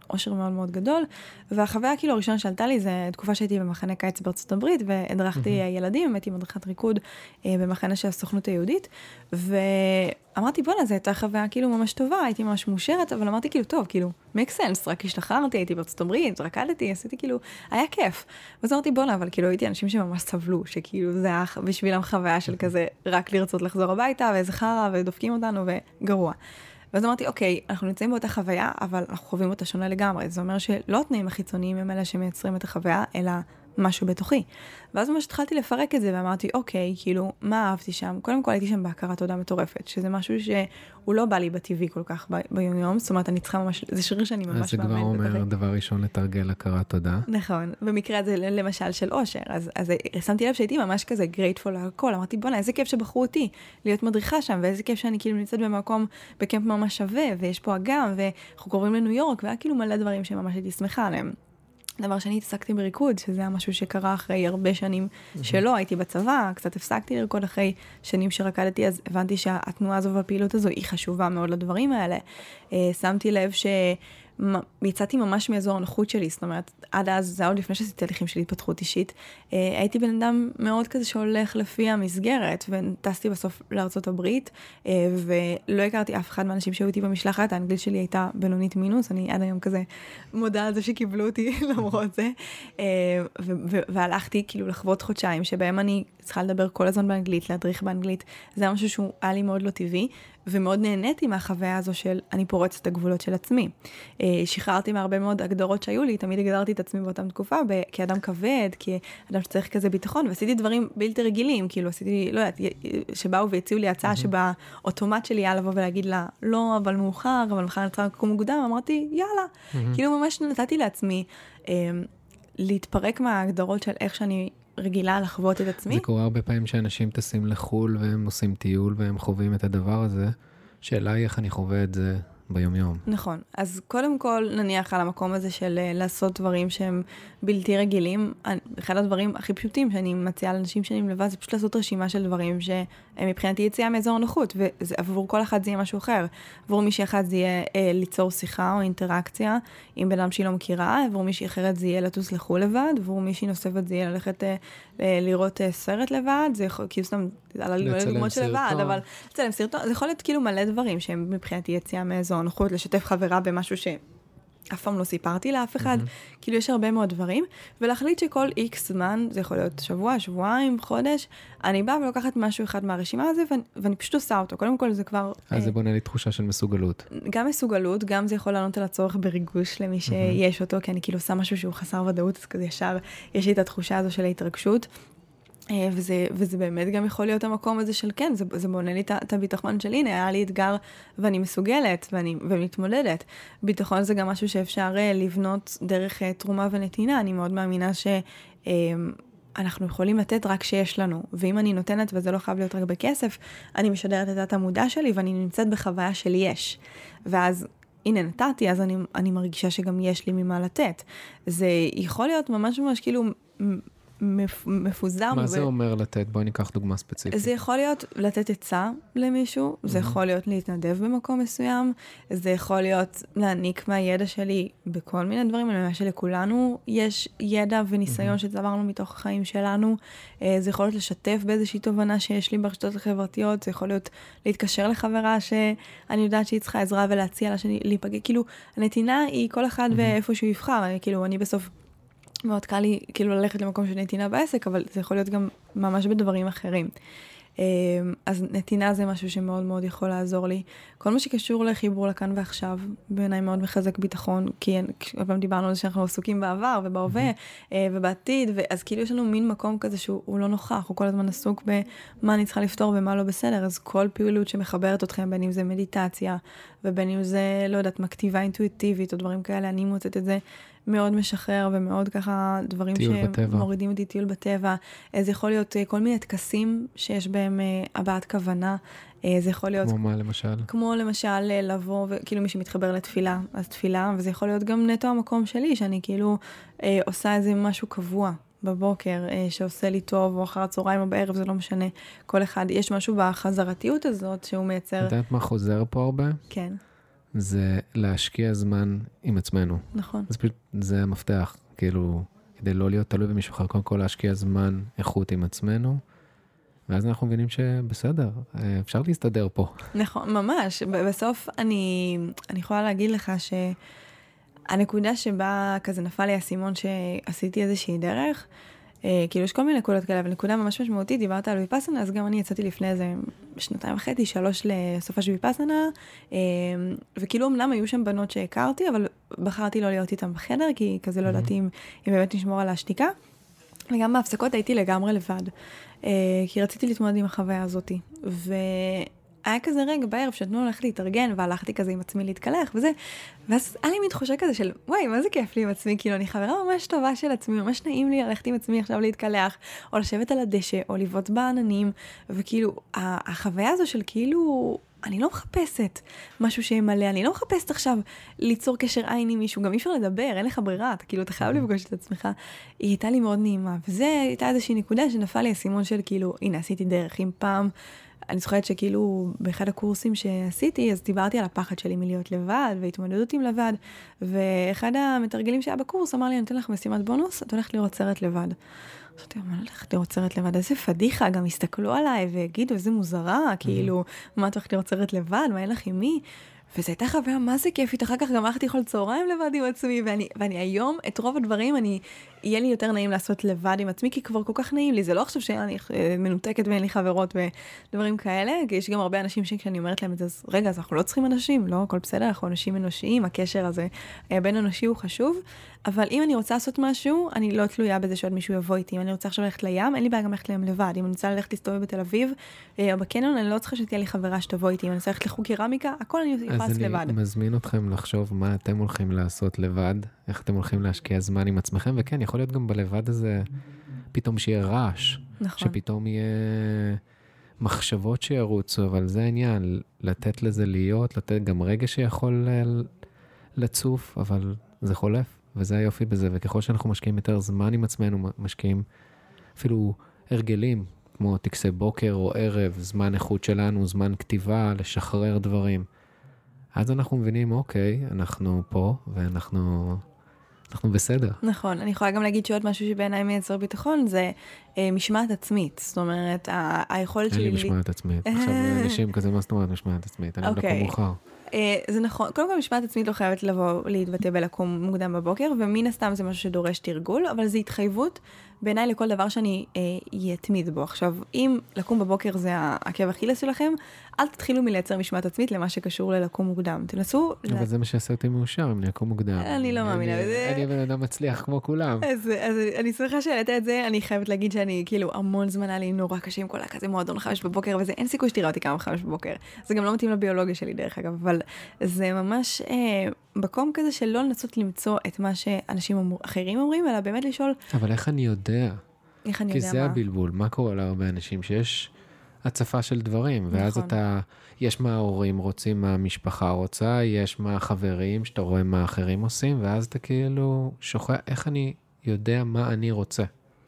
אושר מאוד מאוד גדול, והחוויה כאילו הראשונה שעלתה לי, זה תקופה שהייתי במחנה קיץ בארצות הברית, והדרכתי ילדים, הייתי מדריכת ריקוד במחנה של הסוכנות היהודית, ואמרתי, בוא'נה, זו הייתה חוויה כאילו ממש טובה, הייתי ממש מושרת, אבל אמרתי כאילו, טוב, כאילו, make sense, רק השתחררתי, הייתי בארצות הברית, רקדתי, עשיתי כאילו, היה כיף. ואז אמרתי, בוא'נה, אבל כאילו הייתי אנשים שממש סבלו, שכאילו זה היה בשבילם חוויה של כזה, רק לרצות לחזור הביתה, ואיזה חרא, ודופקים אותנו, וגרוע. ואז אמרתי, אוקיי, אנחנו נמצאים באותה חוויה, אבל אנחנו חווים אותה שונה לגמרי. זה אומר שלא התנאים החיצוניים הם אלה שמייצרים את החוויה, אלא משהו בתוכי. ואז ממש התחלתי לפרק את זה, ואמרתי, אוקיי, כאילו, מה אהבתי שם? קודם כל הייתי שם בהכרת תודה מטורפת, שזה משהו שהוא לא בא לי בטבעי כל כך ביום, זאת אומרת, אני צריכה ממש, זה שריר שאני ממש אז זה כבר אומר דבר ראשון לתרגל הכרת תודה. נכון, במקרה הזה למשל של אושר, אז שמתי לב שהייתי ממש כזה grateful להכל, אמרתי, בוא'נה, איזה כיף שבחרו אותי להיות מדריכה שם, ואיזה כיף שאני כאילו נמצאת במקום בקמפ ממש שווה, ויש פה אגם, ואנחנו קוראים לניו יורק, והיה כאילו מלא דברים שממש הייתי שמחה עליהם. דבר שני, התעסקתי בריקוד, שזה היה משהו שקרה אחרי הרבה שנים שלא, הייתי בצבא, קצת הפסקתי לרקוד אחרי שנים שרקדתי, אז הבנתי שהתנועה הזו והפעילות הזו היא חשובה מאוד לדברים האלה. שמתי לב יצאתי ממש מאזור הנוחות שלי, זאת אומרת, עד אז, זה עוד לפני שעשיתי תהליכים של התפתחות אישית, הייתי בן אדם מאוד כזה שהולך לפי המסגרת, וטסתי בסוף לארצות הברית, ולא הכרתי אף אחד מהאנשים שהיו איתי במשלחת, האנגלית שלי הייתה בינונית מינוס, אני עד היום כזה מודה על זה שקיבלו אותי למרות זה, והלכתי כאילו לחוות חודשיים, שבהם אני צריכה לדבר כל הזמן באנגלית, להדריך באנגלית, זה היה משהו שהוא היה לי מאוד לא טבעי, ומאוד נהניתי מהחוויה הזו של אני פורצת את הגבולות של עצמי. שחררתי מהרבה מאוד הגדרות שהיו לי, תמיד הגדרתי את עצמי באותה תקופה, כאדם כבד, כאדם שצריך כזה ביטחון, ועשיתי דברים בלתי רגילים, כאילו עשיתי, לא יודעת, שבאו והציעו לי הצעה שבה אוטומט שלי היה לבוא ולהגיד לה, לא, אבל מאוחר, אבל מחר אני צריכה לקום מוקדם, אמרתי, יאללה. כאילו ממש נתתי לעצמי להתפרק מההגדרות של איך שאני רגילה לחוות את עצמי. זה קורה הרבה פעמים שאנשים טסים לחול והם עושים טיול והם חווים את הדבר הזה. שאלה היא איך אני חווה את זה ביום יום. נכון. אז קודם כל נניח על המקום הזה של לעשות דברים שהם בלתי רגילים. אחד הדברים הכי פשוטים שאני מציעה לאנשים שאני מלווה, זה פשוט לעשות רשימה של דברים שמבחינתי יציאה מאזור הנוחות, ועבור כל אחד זה יהיה משהו אחר. עבור מישהי אחד זה יהיה ליצור שיחה או אינטראקציה עם בן אדם שהיא לא מכירה, עבור מישהי אחרת זה יהיה לטוס לחול לבד, עבור מישהי נוספת זה יהיה ללכת לראות סרט לבד, זה יכול, כאילו סתם, על הדוגמאות של לבד, אבל לצלם סרטון, זה יכול להיות כאילו מלא דברים שהם מבחינתי יציאה מאזור הנוחות, לשתף חברה במשהו שאף פעם לא סיפרתי לאף אחד, כאילו יש הרבה מאוד דברים, ולהחליט שכל איקס זמן, זה יכול להיות שבוע, שבועיים, חודש, אני באה ולוקחת משהו אחד מהרשימה הזה, ואני פשוט עושה אותו. קודם כל זה כבר... אז זה בונה לי תחושה של מסוגלות. גם מסוגלות, גם זה יכול לענות על הצורך בריגוש למי שיש אותו, כי אני כאילו עושה משהו שהוא חסר ודאות, אז כזה ישר יש לי את התחושה הזו של ההתרגשות. וזה באמת גם יכול להיות המקום הזה של כן, זה בונה לי את הביטחון של הנה, היה לי אתגר ואני מסוגלת ומתמודדת. ביטחון זה גם משהו שאפשר לבנות דרך תרומה ונתינה. אני מאוד מאמינה שאנחנו יכולים לתת רק שיש לנו, ואם אני נותנת וזה לא חייב להיות רק בכסף, אני משדרת את המודע שלי ואני נמצאת בחוויה של יש. ואז הנה נתתי, אז אני מרגישה שגם יש לי ממה לתת. זה יכול להיות ממש ממש כאילו מפוזר. מה זה אומר לתת? בואי ניקח דוגמה ספציפית. זה יכול להיות לתת עצה למישהו, זה יכול להיות להתנדב במקום מסוים, זה יכול להיות להעניק מהידע שלי בכל מיני דברים, אני חושב שלכולנו יש ידע וניסיון שצברנו מתוך החיים שלנו, זה יכול להיות לשתף באיזושהי תובנה שיש לי ברשתות החברתיות, זה יכול להיות להתקשר לחברה שאני יודעת שהיא צריכה עזרה ולהציע לה להיפגע, כאילו הנתינה היא כל אחד ואיפה שהוא יבחר, כאילו אני בסוף מאוד קל לי כאילו ללכת למקום של נתינה בעסק, אבל זה יכול להיות גם ממש בדברים אחרים. אז נתינה זה משהו שמאוד מאוד יכול לעזור לי. כל מה שקשור לחיבור לכאן ועכשיו, בעיניי מאוד מחזק ביטחון, כי פעם דיברנו על זה שאנחנו עסוקים בעבר ובהווה ובעתיד, אז כאילו יש לנו מין מקום כזה שהוא לא נוכח, הוא כל הזמן עסוק במה אני צריכה לפתור ומה לא בסדר, אז כל פעילות שמחברת אתכם, בין אם זה מדיטציה, ובין אם זה, לא יודעת, מכתיבה אינטואיטיבית או דברים כאלה, אני מוצאת את זה מאוד משחרר ומאוד ככה דברים שמורידים אותי, טיול בטבע. זה יכול להיות כל מיני תקסים שיש בהם הבעת כוונה. זה יכול להיות... כמו מה למשל? כמו למשל לבוא, וכאילו מי שמתחבר לתפילה, אז תפילה, וזה יכול להיות גם נטו המקום שלי, שאני כאילו עושה איזה משהו קבוע בבוקר, שעושה לי טוב, או אחר הצהריים או בערב, זה לא משנה. כל אחד, יש משהו בחזרתיות הזאת שהוא מייצר... יודעת מה חוזר פה הרבה? כן. זה להשקיע זמן עם עצמנו. נכון. זה המפתח, כאילו, כדי לא להיות תלוי במישהו אחר, קודם כל להשקיע זמן איכות עם עצמנו, ואז אנחנו מבינים שבסדר, אפשר להסתדר פה. נכון, ממש. בסוף אני יכולה להגיד לך שהנקודה שבה כזה נפל לי הסימון שעשיתי איזושהי דרך, כאילו יש כל מיני נקודות כאלה, אבל נקודה ממש משמעותית, דיברת על ויפאסנה, אז גם אני יצאתי לפני איזה 2.5, 3 לסופה של ויפאסנה, וכאילו אמנם היו שם בנות שהכרתי, אבל בחרתי לא להיות איתם בחדר, כי כזה לא ידעתי אם באמת נשמור על השתיקה, וגם בהפסקות הייתי לגמרי לבד, כי רציתי להתמודד עם החוויה הזאת, היה כזה רגע בערב שנתנו ללכת להתארגן, והלכתי כזה עם עצמי להתקלח וזה, ואז היה לי מין תחושה כזה של, וואי, מה זה כיף לי עם עצמי, כאילו אני חברה ממש טובה של עצמי, ממש נעים לי ללכת עם עצמי עכשיו להתקלח, או לשבת על הדשא, או לבעוט בעננים, וכאילו, החוויה הזו של כאילו, אני לא מחפשת משהו שימלא, אני לא מחפשת עכשיו ליצור קשר עין עם מישהו, גם אי אפשר לדבר, אין לך ברירה, אתה חייב לפגוש את עצמך, היא הייתה לי מאוד נעימה, וזה הייתה איזושהי נקודה שנפל לי הסימון של כאילו, הנה, עשיתי דרך, אם פעם אני זוכרת שכאילו באחד הקורסים שעשיתי, אז דיברתי על הפחד שלי מלהיות לבד, והתמודדות עם לבד, ואחד המתרגלים שהיה בקורס אמר לי, אני נותן לך משימת בונוס, את הולכת לראות סרט לבד. חשבתי, מה הולכת לראות סרט לבד? איזה פדיחה, גם הסתכלו עליי והגידו, איזה מוזרה, כאילו, מה את הולכת לראות סרט לבד? מה אין לך עם מי? וזו הייתה חוויה, מה זה כיפית, אחר כך גם הלכתי כל צהריים לבד עם עצמי, ואני היום, את רוב הדברים, יהיה לי יותר נעים לעשות לבד עם עצמי, כי כבר כל כך נעים לי, זה לא עכשיו שאני מנותקת ואין לי חברות ודברים כאלה, כי יש גם הרבה אנשים שכשאני אומרת להם את זה, אז רגע, אז אנחנו לא צריכים אנשים, לא, הכל בסדר, אנחנו אנשים אנושיים, הקשר הזה בין אנושי הוא חשוב, אבל אם אני רוצה לעשות משהו, אני לא תלויה בזה שעוד מישהו יבוא איתי, אם אני רוצה עכשיו ללכת לים, אין לי בעיה גם ללכת לים לבד, אם אני רוצה ללכת להסתובב בתל אביב, או בקניון, אני לא צריכה שתהיה לי חברה שתבוא איתי, אם אני רוצה ללכת לחוג קרמיקה, הכל אני יכולה לבד. אז אני מזמין אתכם לחשוב מה אתם הולכים לעשות לבד, איך אתם הולכים להשקיע זמן עם עצמכם, וכן, יכול להיות גם בלבד הזה, פתאום שיהיה רעש, נכון. שפתאום יהיה מחשבות שירוצו, אבל זה העניין, לתת לזה להיות, לתת גם רגע שיכול לצוף, אבל זה חולף, וזה היופי בזה, וככל שאנחנו משקיעים יותר זמן עם עצמנו, משקיעים אפילו הרגלים, כמו טקסי בוקר או ערב, זמן איכות שלנו, זמן כתיבה, לשחרר דברים. אז אנחנו מבינים, אוקיי, אנחנו פה, ואנחנו בסדר. נכון, אני יכולה גם להגיד שעוד משהו שבעיניי מייצר ביטחון, זה משמעת עצמית. זאת אומרת, היכולת שלי... אין לי משמעת עצמית. עכשיו אנשים כזה, מה זאת אומרת משמעת עצמית? אני לא פה מאוחר. זה נכון, קודם כל משמעת עצמית לא חייבת לבוא להתבטא בלקום מוקדם בבוקר, ומן הסתם זה משהו שדורש תרגול, אבל זה התחייבות בעיניי לכל דבר שאני אתמיד בו. עכשיו, אם לקום בבוקר זה העקב אכילס שלכם, אל תתחילו מלייצר משמעת עצמית למה שקשור ללקום מוקדם. תנסו... אבל זה מה שעשה אותי מאושר, אם לקום מוקדם. אני לא מאמינה בזה. אני בן אדם מצליח כמו כולם. אז אני שמחה שהעלית את זה, אני חייבת להגיד שאני כאילו המון זמן היה לי נורא קשה עם כל כזה מועדון 5 בבוקר, וזה אין סיכוי שתראה אותי כמה 5 בבוקר. זה גם לא מתאים לביולוגיה שלי דרך אגב, אבל זה ממש מקום כזה שלא לנסות למצוא את מה שאנשים אחרים אומרים, אלא באמת לשאול... אבל איך אני יודע? איך אני כי יודע זה מה? הבלבול, מה קורה להרבה אנשים שיש הצפה של דברים, ואז אתה, יש מה ההורים רוצים, מה המשפחה רוצה, יש מה החברים, שאתה רואה מה האחרים עושים, ואז אתה כאילו שוכח, איך אני יודע מה אני רוצה?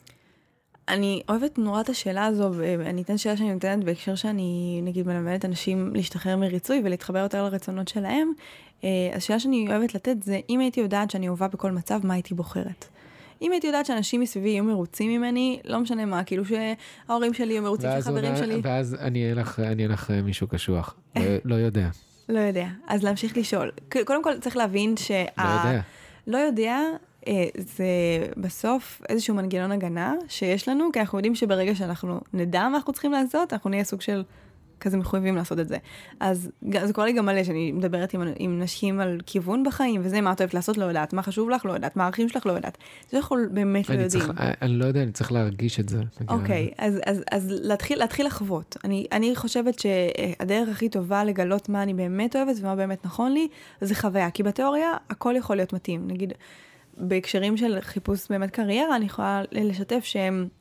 אני אוהבת נורא את השאלה הזו, ואני אתן שאלה שאני נותנת בהקשר שאני, נגיד, מלמדת אנשים להשתחרר מריצוי ולהתחבר יותר לרצונות שלהם. אז שאלה שאני אוהבת לתת זה, אם הייתי יודעת שאני אהובה בכל מצב, מה הייתי בוחרת? אם הייתי יודעת שאנשים מסביבי יהיו מרוצים ממני, לא משנה מה, כאילו שההורים שלי יהיו מרוצים, שהחברים שלי... ואז אני אלך מישהו קשוח. לא יודע. לא יודע. אז להמשיך לשאול. קודם כל צריך להבין לא יודע. לא יודע, זה בסוף איזשהו מנגנון הגנה שיש לנו, כי אנחנו יודעים שברגע שאנחנו נדע מה אנחנו צריכים לעשות, אנחנו נהיה סוג של כזה מחויבים לעשות את זה. אז זה קורה לי גם מלא, שאני מדברת עם נשים על כיוון בחיים, וזה מה את אוהבת לעשות, לא יודעת, מה חשוב לך, לא יודעת, מה הערכים שלך, לא יודעת. זה יכול באמת לא יודעים. אני לא יודע, אני צריך להרגיש את זה. אוקיי, אז להתחיל לחוות. אני חושבת שהדרך הכי טובה לגלות מה אני באמת אוהבת, ומה באמת נכון לי, זה חוויה. כי בתיאוריה, הכל יכול להיות מתאים. נגיד, בהקשרים של חיפוש באמת קריירה, אני יכולה לשתף שהם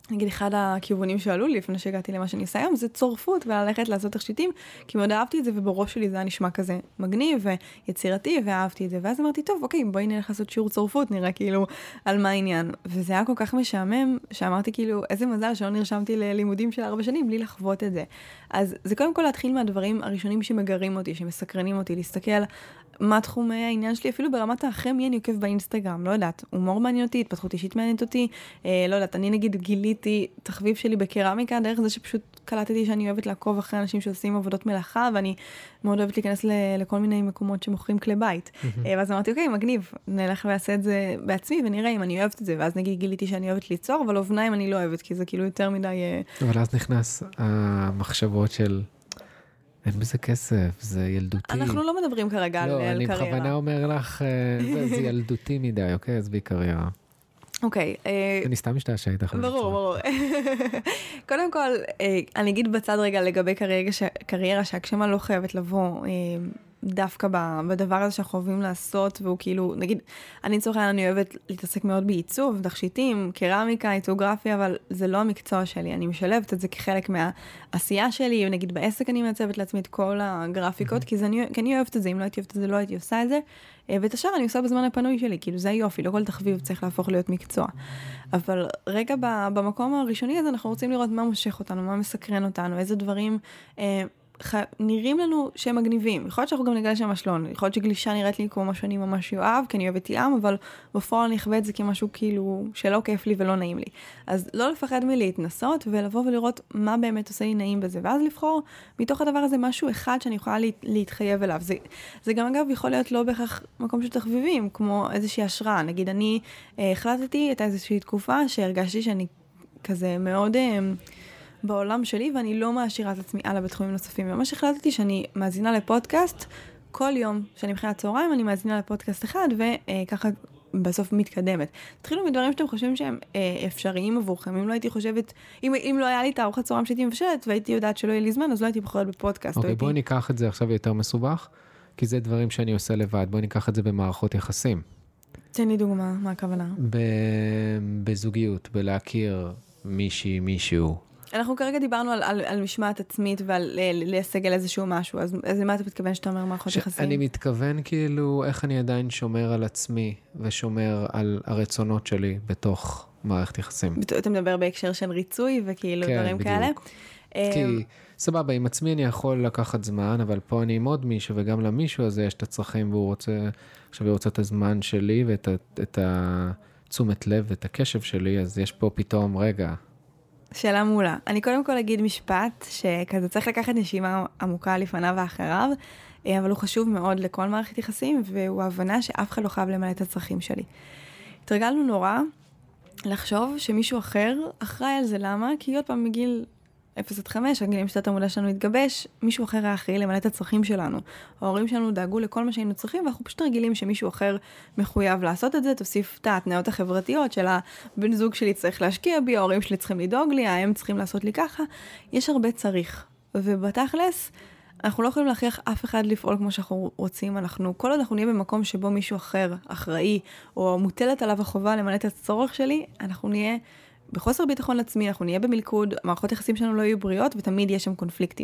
נגיד אחד הכיוונים שעלו לי לפני שהגעתי למה שאני עושה היום, זה צורפות וללכת לעשות תכשיטים, כי מאוד אהבתי את זה, ובראש שלי זה היה נשמע כזה מגניב ויצירתי, ואהבתי את זה. ואז אמרתי, טוב, אוקיי, בואי נלך לעשות שיעור צורפות, נראה כאילו על מה העניין. וזה היה כל כך משעמם, שאמרתי כאילו, איזה מזל שלא נרשמתי ללימודים של 4 שנים, בלי לחוות את זה. אז זה קודם כל להתחיל מהדברים הראשונים שמגרים אותי, שמסקרנים אותי, להסתכל מה תחומי העניין שלי, אפילו ברמת האחרי מי אני עוקב באינסטגרם, לא יודעת, הומור מעניין אותי, התפתחות אישית מעניינת אותי, לא יודעת, אני נגיד גיליתי תחביב שלי בקרמיקה, דרך זה שפשוט קלטתי שאני אוהבת לעקוב אחרי אנשים שעושים עבודות מלאכה, ואני מאוד אוהבת להיכנס לכל מיני מקומות שמוכרים כלי בית. ואז אמרתי, אוקיי, מגניב, נלך ועשה את זה בעצמי, ונראה אם אני אוהבת את זה, ואז נגיד גיליתי שאני אוהבת ליצור, אבל אופניים אני לא אוהבת, כי זה כאילו יותר מדי... אבל אז נכנס המחשבות של... אין בזה כסף, זה ילדותי. אנחנו לא מדברים כרגע על קריירה. לא, אני בכוונה אומר לך, זה ילדותי מדי, אוקיי? אז בי קריירה. אוקיי. אני סתם משתעשע איתך. ברור. קודם כל, אני אגיד בצד רגע לגבי קריירה שהגשמה לא חייבת לבוא דווקא בדבר הזה שאנחנו אוהבים לעשות, והוא כאילו, נגיד, אני לצורך העניין, אני אוהבת להתעסק מאוד בעיצוב, תכשיטים, קרמיקה, איתוגרפיה, אבל זה לא המקצוע שלי. אני משלבת את זה כחלק מהעשייה שלי, ונגיד בעסק אני מעצבת לעצמי את כל הגרפיקות, כי אני אוהבת את זה, אם לא הייתי אוהבת את זה, לא הייתי עושה את זה, ואת השאר אני עושה בזמן הפנוי שלי, כאילו זה יופי, לא כל תחביב צריך להפוך להיות מקצוע. אבל רגע במקום הראשוני הזה, אנחנו רוצים לראות מה מושך אותנו, מה מסקרן אותנו, איזה דברים נראים לנו שהם מגניבים. יכול להיות שאנחנו גם נגלה שהם משלון. יכול להיות שגלישה נראית לי כמו משהו אני ממש אוהב, כי אני אוהבת ים, אבל בפועל אני אחווה את זה כמשהו כאילו שלא כיף לי ולא נעים לי. אז לא לפחד מלהתנסות ולבוא ולראות מה באמת עושה לי נעים בזה, ואז לבחור מתוך הדבר הזה משהו אחד שאני יכולה להתחייב אליו. זה גם אגב יכול להיות לא בהכרח מקום של תחביבים, כמו איזושהי השראה. נגיד אני החלטתי את איזושהי תקופה שהרגשתי שאני כזה מאוד בעולם שלי, ואני לא מעשירה את עצמי הלאה בתחומים נוספים. ממש החלטתי שאני מאזינה לפודקאסט כל יום, שאני מבחינת צהריים, אני מאזינה לפודקאסט אחד, וככה בסוף מתקדמת. תתחילו מדברים שאתם חושבים שהם אפשריים עבורכם. אם לא הייתי חושבת, אם לא היה לי את הארוחת צהריים שהייתי מבשלת, והייתי יודעת שלא יהיה לי זמן, אז לא הייתי בוחרת בפודקאסט. אוקיי, בואי ניקח את זה עכשיו יותר מסובך, כי זה דברים שאני עושה לבד. בואי ניקח את זה במערכות יחסים. תן לי דוגמה, מה הכוונה? בזוגיות, בלהכיר מישהי, מישהו. אנחנו כרגע דיברנו על משמעת עצמית ועל להשיג על איזשהו משהו, אז למה אתה מתכוון שאתה אומר מערכות יחסים? אני מתכוון כאילו איך אני עדיין שומר על עצמי ושומר על הרצונות שלי בתוך מערכת יחסים. אתה מדבר בהקשר של ריצוי וכאילו דברים כאלה? כי סבבה, עם עצמי אני יכול לקחת זמן, אבל פה אני עם עוד מישהו וגם למישהו הזה יש את הצרכים והוא רוצה, עכשיו הוא רוצה את הזמן שלי ואת התשומת לב ואת הקשב שלי, אז יש פה פתאום רגע. שאלה מעולה. אני קודם כל אגיד משפט שכזה צריך לקחת נשימה עמוקה לפניו ואחריו, אבל הוא חשוב מאוד לכל מערכת יחסים, והוא ההבנה שאף אחד לא חייב למלא את הצרכים שלי. התרגלנו נורא לחשוב שמישהו אחר אחראי על זה. למה? כי עוד פעם מגיל 0-5, הגילים שתת המודע שלנו התגבש, מישהו אחר היה אחראי למלא את הצרכים שלנו. ההורים שלנו דאגו לכל מה שהיינו צריכים, ואנחנו פשוט רגילים שמישהו אחר מחויב לעשות את זה. תוסיף את ההתניות החברתיות של הבן זוג שלי צריך להשקיע בי, ההורים שלי צריכים לדאוג לי, הם צריכים לעשות לי ככה. יש הרבה צריך. ובתכלס, אנחנו לא יכולים להכריח אף אחד לפעול כמו שאנחנו רוצים. כל עוד אנחנו נהיה במקום שבו מישהו אחר אחראי, או מוטלת עליו החובה למלא את הצורך שלי, אנחנו נהיה בחוסר ביטחון עצמי, אנחנו נהיה במלכוד, מערכות יחסים שלנו לא יהיו בריאות, ותמיד יש שם קונפליקטים.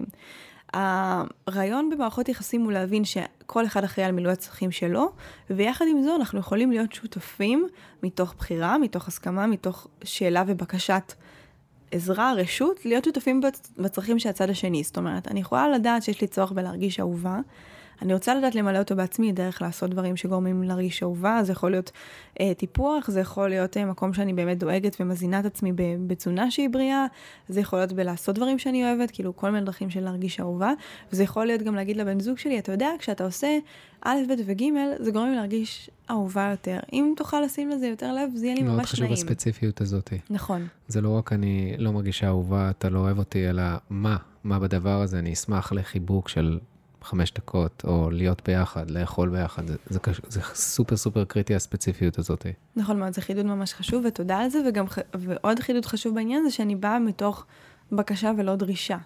הרעיון במערכות יחסים הוא להבין שכל אחד אחראי על מילוי הצרכים שלו, ויחד עם זו אנחנו יכולים להיות שותפים מתוך בחירה, מתוך הסכמה, מתוך שאלה ובקשת עזרה, רשות, להיות שותפים בצרכים של הצד השני. זאת אומרת, אני יכולה לדעת שיש לי צורך בלהרגיש אהובה, אני רוצה לדעת למלא אותו בעצמי דרך לעשות דברים שגורמים להרגיש אהובה. זה יכול להיות טיפוח, זה יכול להיות מקום שאני באמת דואגת ומזינה את עצמי בתזונה שהיא בריאה, זה יכול להיות בלעשות דברים שאני אוהבת, כאילו כל מיני דרכים של להרגיש אהובה, וזה יכול להיות גם להגיד לבן זוג שלי, אתה יודע, כשאתה עושה א', ב' וג', זה גורם לי להרגיש אהובה יותר. אם תוכל לשים לזה יותר לב, זה יהיה לי ממש נעים. מאוד חשוב הספציפיות הזאת. נכון. זה לא רק אני לא מרגישה אהובה, אתה לא אוהב אותי, אלא מה בדבר הזה, אני אשמח לחיבוק של 5 דקות, או להיות ביחד, לאכול ביחד. זה סופר סופר קריטי הספציפיות הזאת. נכון מאוד, זה חידוד ממש חשוב, ותודה על זה, ועוד חידוד חשוב בעניין זה שאני באה מתוך בקשה ולא דרישה.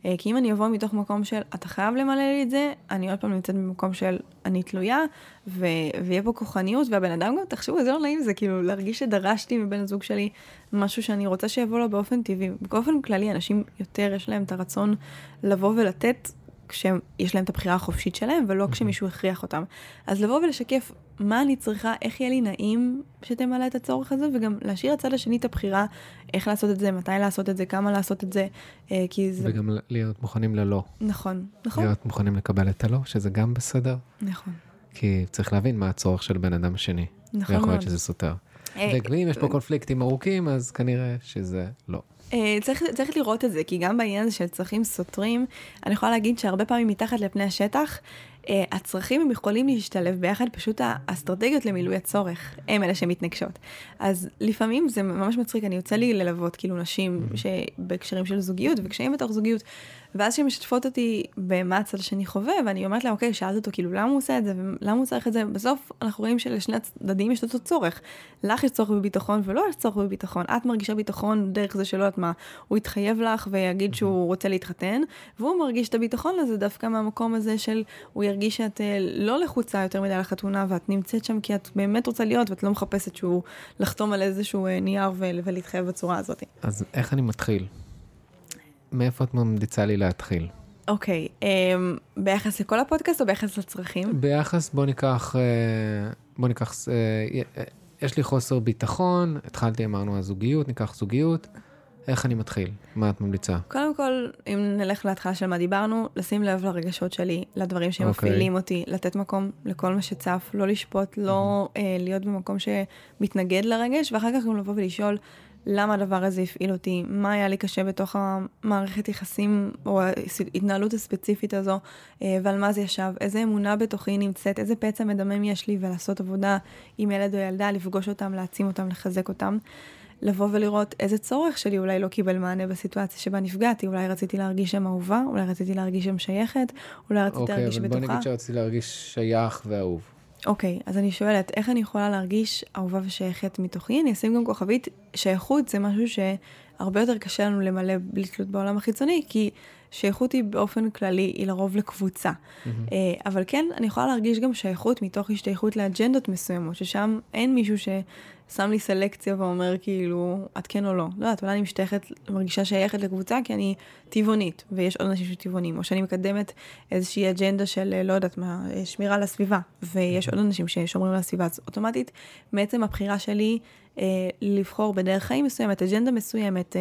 כי אם אני אבוא מתוך מקום של, אתה חייב למלא לי את זה, אני עוד פעם נמצאת במקום של, אני תלויה, ויהיה פה כוחניות, והבן אדם גם, תחשבו, זה לא נעים, זה כאילו להרגיש שדרשתי מבן הזוג שלי משהו שאני רוצה שיבוא לו באופן טבעי. באופן כללי, אנשים יותר יש להם את הרצון לבוא ולתת, כשיש להם את הבחירה החופשית שלהם, ולא כשמישהו הכריח אותם. אז לבוא ולשקף מה אני צריכה, איך יהיה לי נעים שתמלא את הצורך הזה, וגם להשאיר הצד השני את הבחירה, איך לעשות את זה, מתי לעשות את זה, כמה לעשות את זה, כי זה... וגם להיות מוכנים ללא. נכון, נכון. להיות מוכנים לקבל את הלא, שזה גם בסדר. נכון. כי צריך להבין מה הצורך של בן אדם השני. נכון ויכול להיות מאוד. שזה סותר. ואם יש פה קונפליקטים ארוכים, אז כנראה שזה לא. צריך לראות את זה, כי גם בעניין הזה של צרכים סותרים, אני יכולה להגיד שהרבה פעמים מתחת לפני השטח, הצרכים הם יכולים להשתלב ביחד, פשוט האסטרטגיות למילוי הצורך, הם אלה שמתנגשות. אז לפעמים זה ממש מצחיק, אני יוצא לי ללוות כאילו נשים בהקשרים של זוגיות, וקשיים בתוך זוגיות, ואז שהן משתפות אותי במה הצד שאני חווה, ואני אומרת לה, אוקיי, שאלת אותו כאילו למה הוא עושה את זה, ולמה הוא צריך את זה, בסוף אנחנו רואים שלשני הצדדים יש אותו צורך. לך יש צורך בביטחון, ולא יש צורך בביטחון. את מרגישה ביטחון דרך זה שלא יודעת מה, הוא יתחייב לך ויגיד שהוא רוצה להתחתן, והוא מרגיש את הביטחון לזה דווקא מהמקום הזה של, הוא ירגיש שאת לא לחוצה יותר מדי לחתונה, ואת נמצאת שם כי את באמת רוצה להיות, ואת לא מחפשת שהוא לחתום על איזשהו נייר ולהתחייב בצורה הזאת. אז איך אני מתחיל? מאיפה את ממליצה לי להתחיל? אוקיי, ביחס לכל הפודקאסט או ביחס לצרכים? ביחס, בוא ניקח, יש לי חוסר ביטחון, התחלתי, אמרנו, הזוגיות, ניקח זוגיות, איך אני מתחיל? מה את ממליצה? קודם כל, אם נלך להתחלה של מה דיברנו, לשים לב לרגשות שלי, לדברים שמפעילים אותי, לתת מקום לכל מה שצף, לא לשפוט, לא להיות במקום שמתנגד לרגש, ואחר כך גם לבוא ולשאול למה הדבר הזה הפעיל אותי, מה היה לי קשה בתוך המערכת יחסים, או ההתנהלות הספציפית הזו, ועל מה זה ישב, איזה אמונה בתוכי נמצאת, איזה פצע מדמם יש לי, ולעשות עבודה עם ילד או ילדה, לפגוש אותם, להעצים אותם, לחזק אותם. לבוא ולראות איזה צורך שלי אולי לא קיבל מענה בסיטואציה שבה נפגעתי, אולי רציתי להרגיש שם אהובה, אולי רציתי להרגיש שם שייכת, אולי רציתי להרגיש בטוחה. אוקיי, אבל בוא נגיד שרציתי להרגיש שייך ואהוב. אוקיי, אז אני שואלת, איך אני יכולה להרגיש אהובה ושייכת מתוכי? אני אשים גם כוכבית, שייכות זה משהו שהרבה יותר קשה לנו למלא בלי תלות בעולם החיצוני, כי שייכות היא באופן כללי, היא לרוב לקבוצה. אבל כן, אני יכולה להרגיש גם שייכות מתוך השתייכות לאג'נדות מסוימות, ששם אין מישהו ששם לי סלקציה ואומר כאילו, את כן או לא. לא יודעת, אולי אני מרגישה שייכת לקבוצה, כי אני טבעונית, ויש עוד אנשים שטבעונים, או שאני מקדמת איזושהי אג'נדה של, לא יודעת מה, שמירה על הסביבה, ויש עוד אנשים ששומרים על הסביבה, אז אוטומטית, בעצם הבחירה שלי לבחור בדרך חיים מסוימת, אג'נדה מסוימת,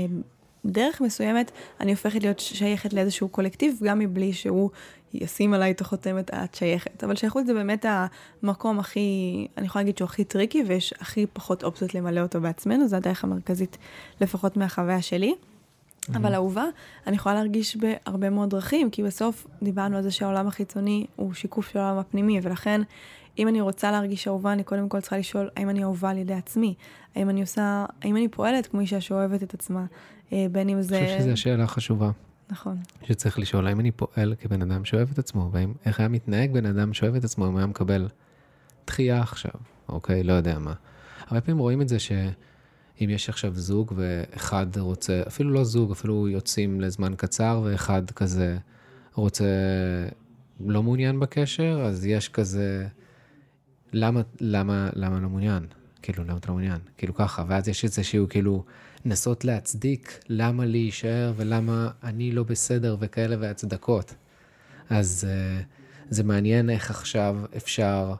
דרך מסוימת, אני הופכת להיות שייכת לאיזשהו קולקטיב, גם מבלי שהוא ישים עליי את החותמת את שייכת. אבל שייכות זה באמת המקום הכי, אני יכולה להגיד שהוא הכי טריקי, ויש הכי פחות אופציות למלא אותו בעצמנו, זה הדרך המרכזית, לפחות מהחוויה שלי. אבל אהובה, אני יכולה להרגיש בהרבה מאוד דרכים, כי בסוף דיברנו על זה שהעולם החיצוני הוא שיקוף של העולם הפנימי, ולכן אם אני רוצה להרגיש אהובה, אני קודם כל צריכה לשאול האם אני אהובה על ידי עצמי, האם אני פועלת כמו אישה שאוהבת את עצמה, בין אם זה... אני חושב שזו השאלה חשובה. נכון. שצריך לשאול האם אני פועל כבן אדם שאוהב את עצמו, ואיך היה מתנהג בן אדם שאוהב את עצמו, אם היה מקבל דחייה עכשיו, אוקיי, לא יודע מה. הרבה פעמים רואים את זה שאם יש עכשיו זוג ואחד רוצה, אפילו לא זוג, אפילו יוצאים לזמן קצר, ואחד כזה רוצה, לא מעוניין בקשר, אז יש כזה, למה לא מעוניין? כאילו, למה אתה לא מעוניין? כאילו ככה, ואז יש את זה שהוא כאילו נסות להצדיק למה להישאר ולמה אני לא בסדר וכאלה והצדקות. אז זה מעניין איך עכשיו אפשר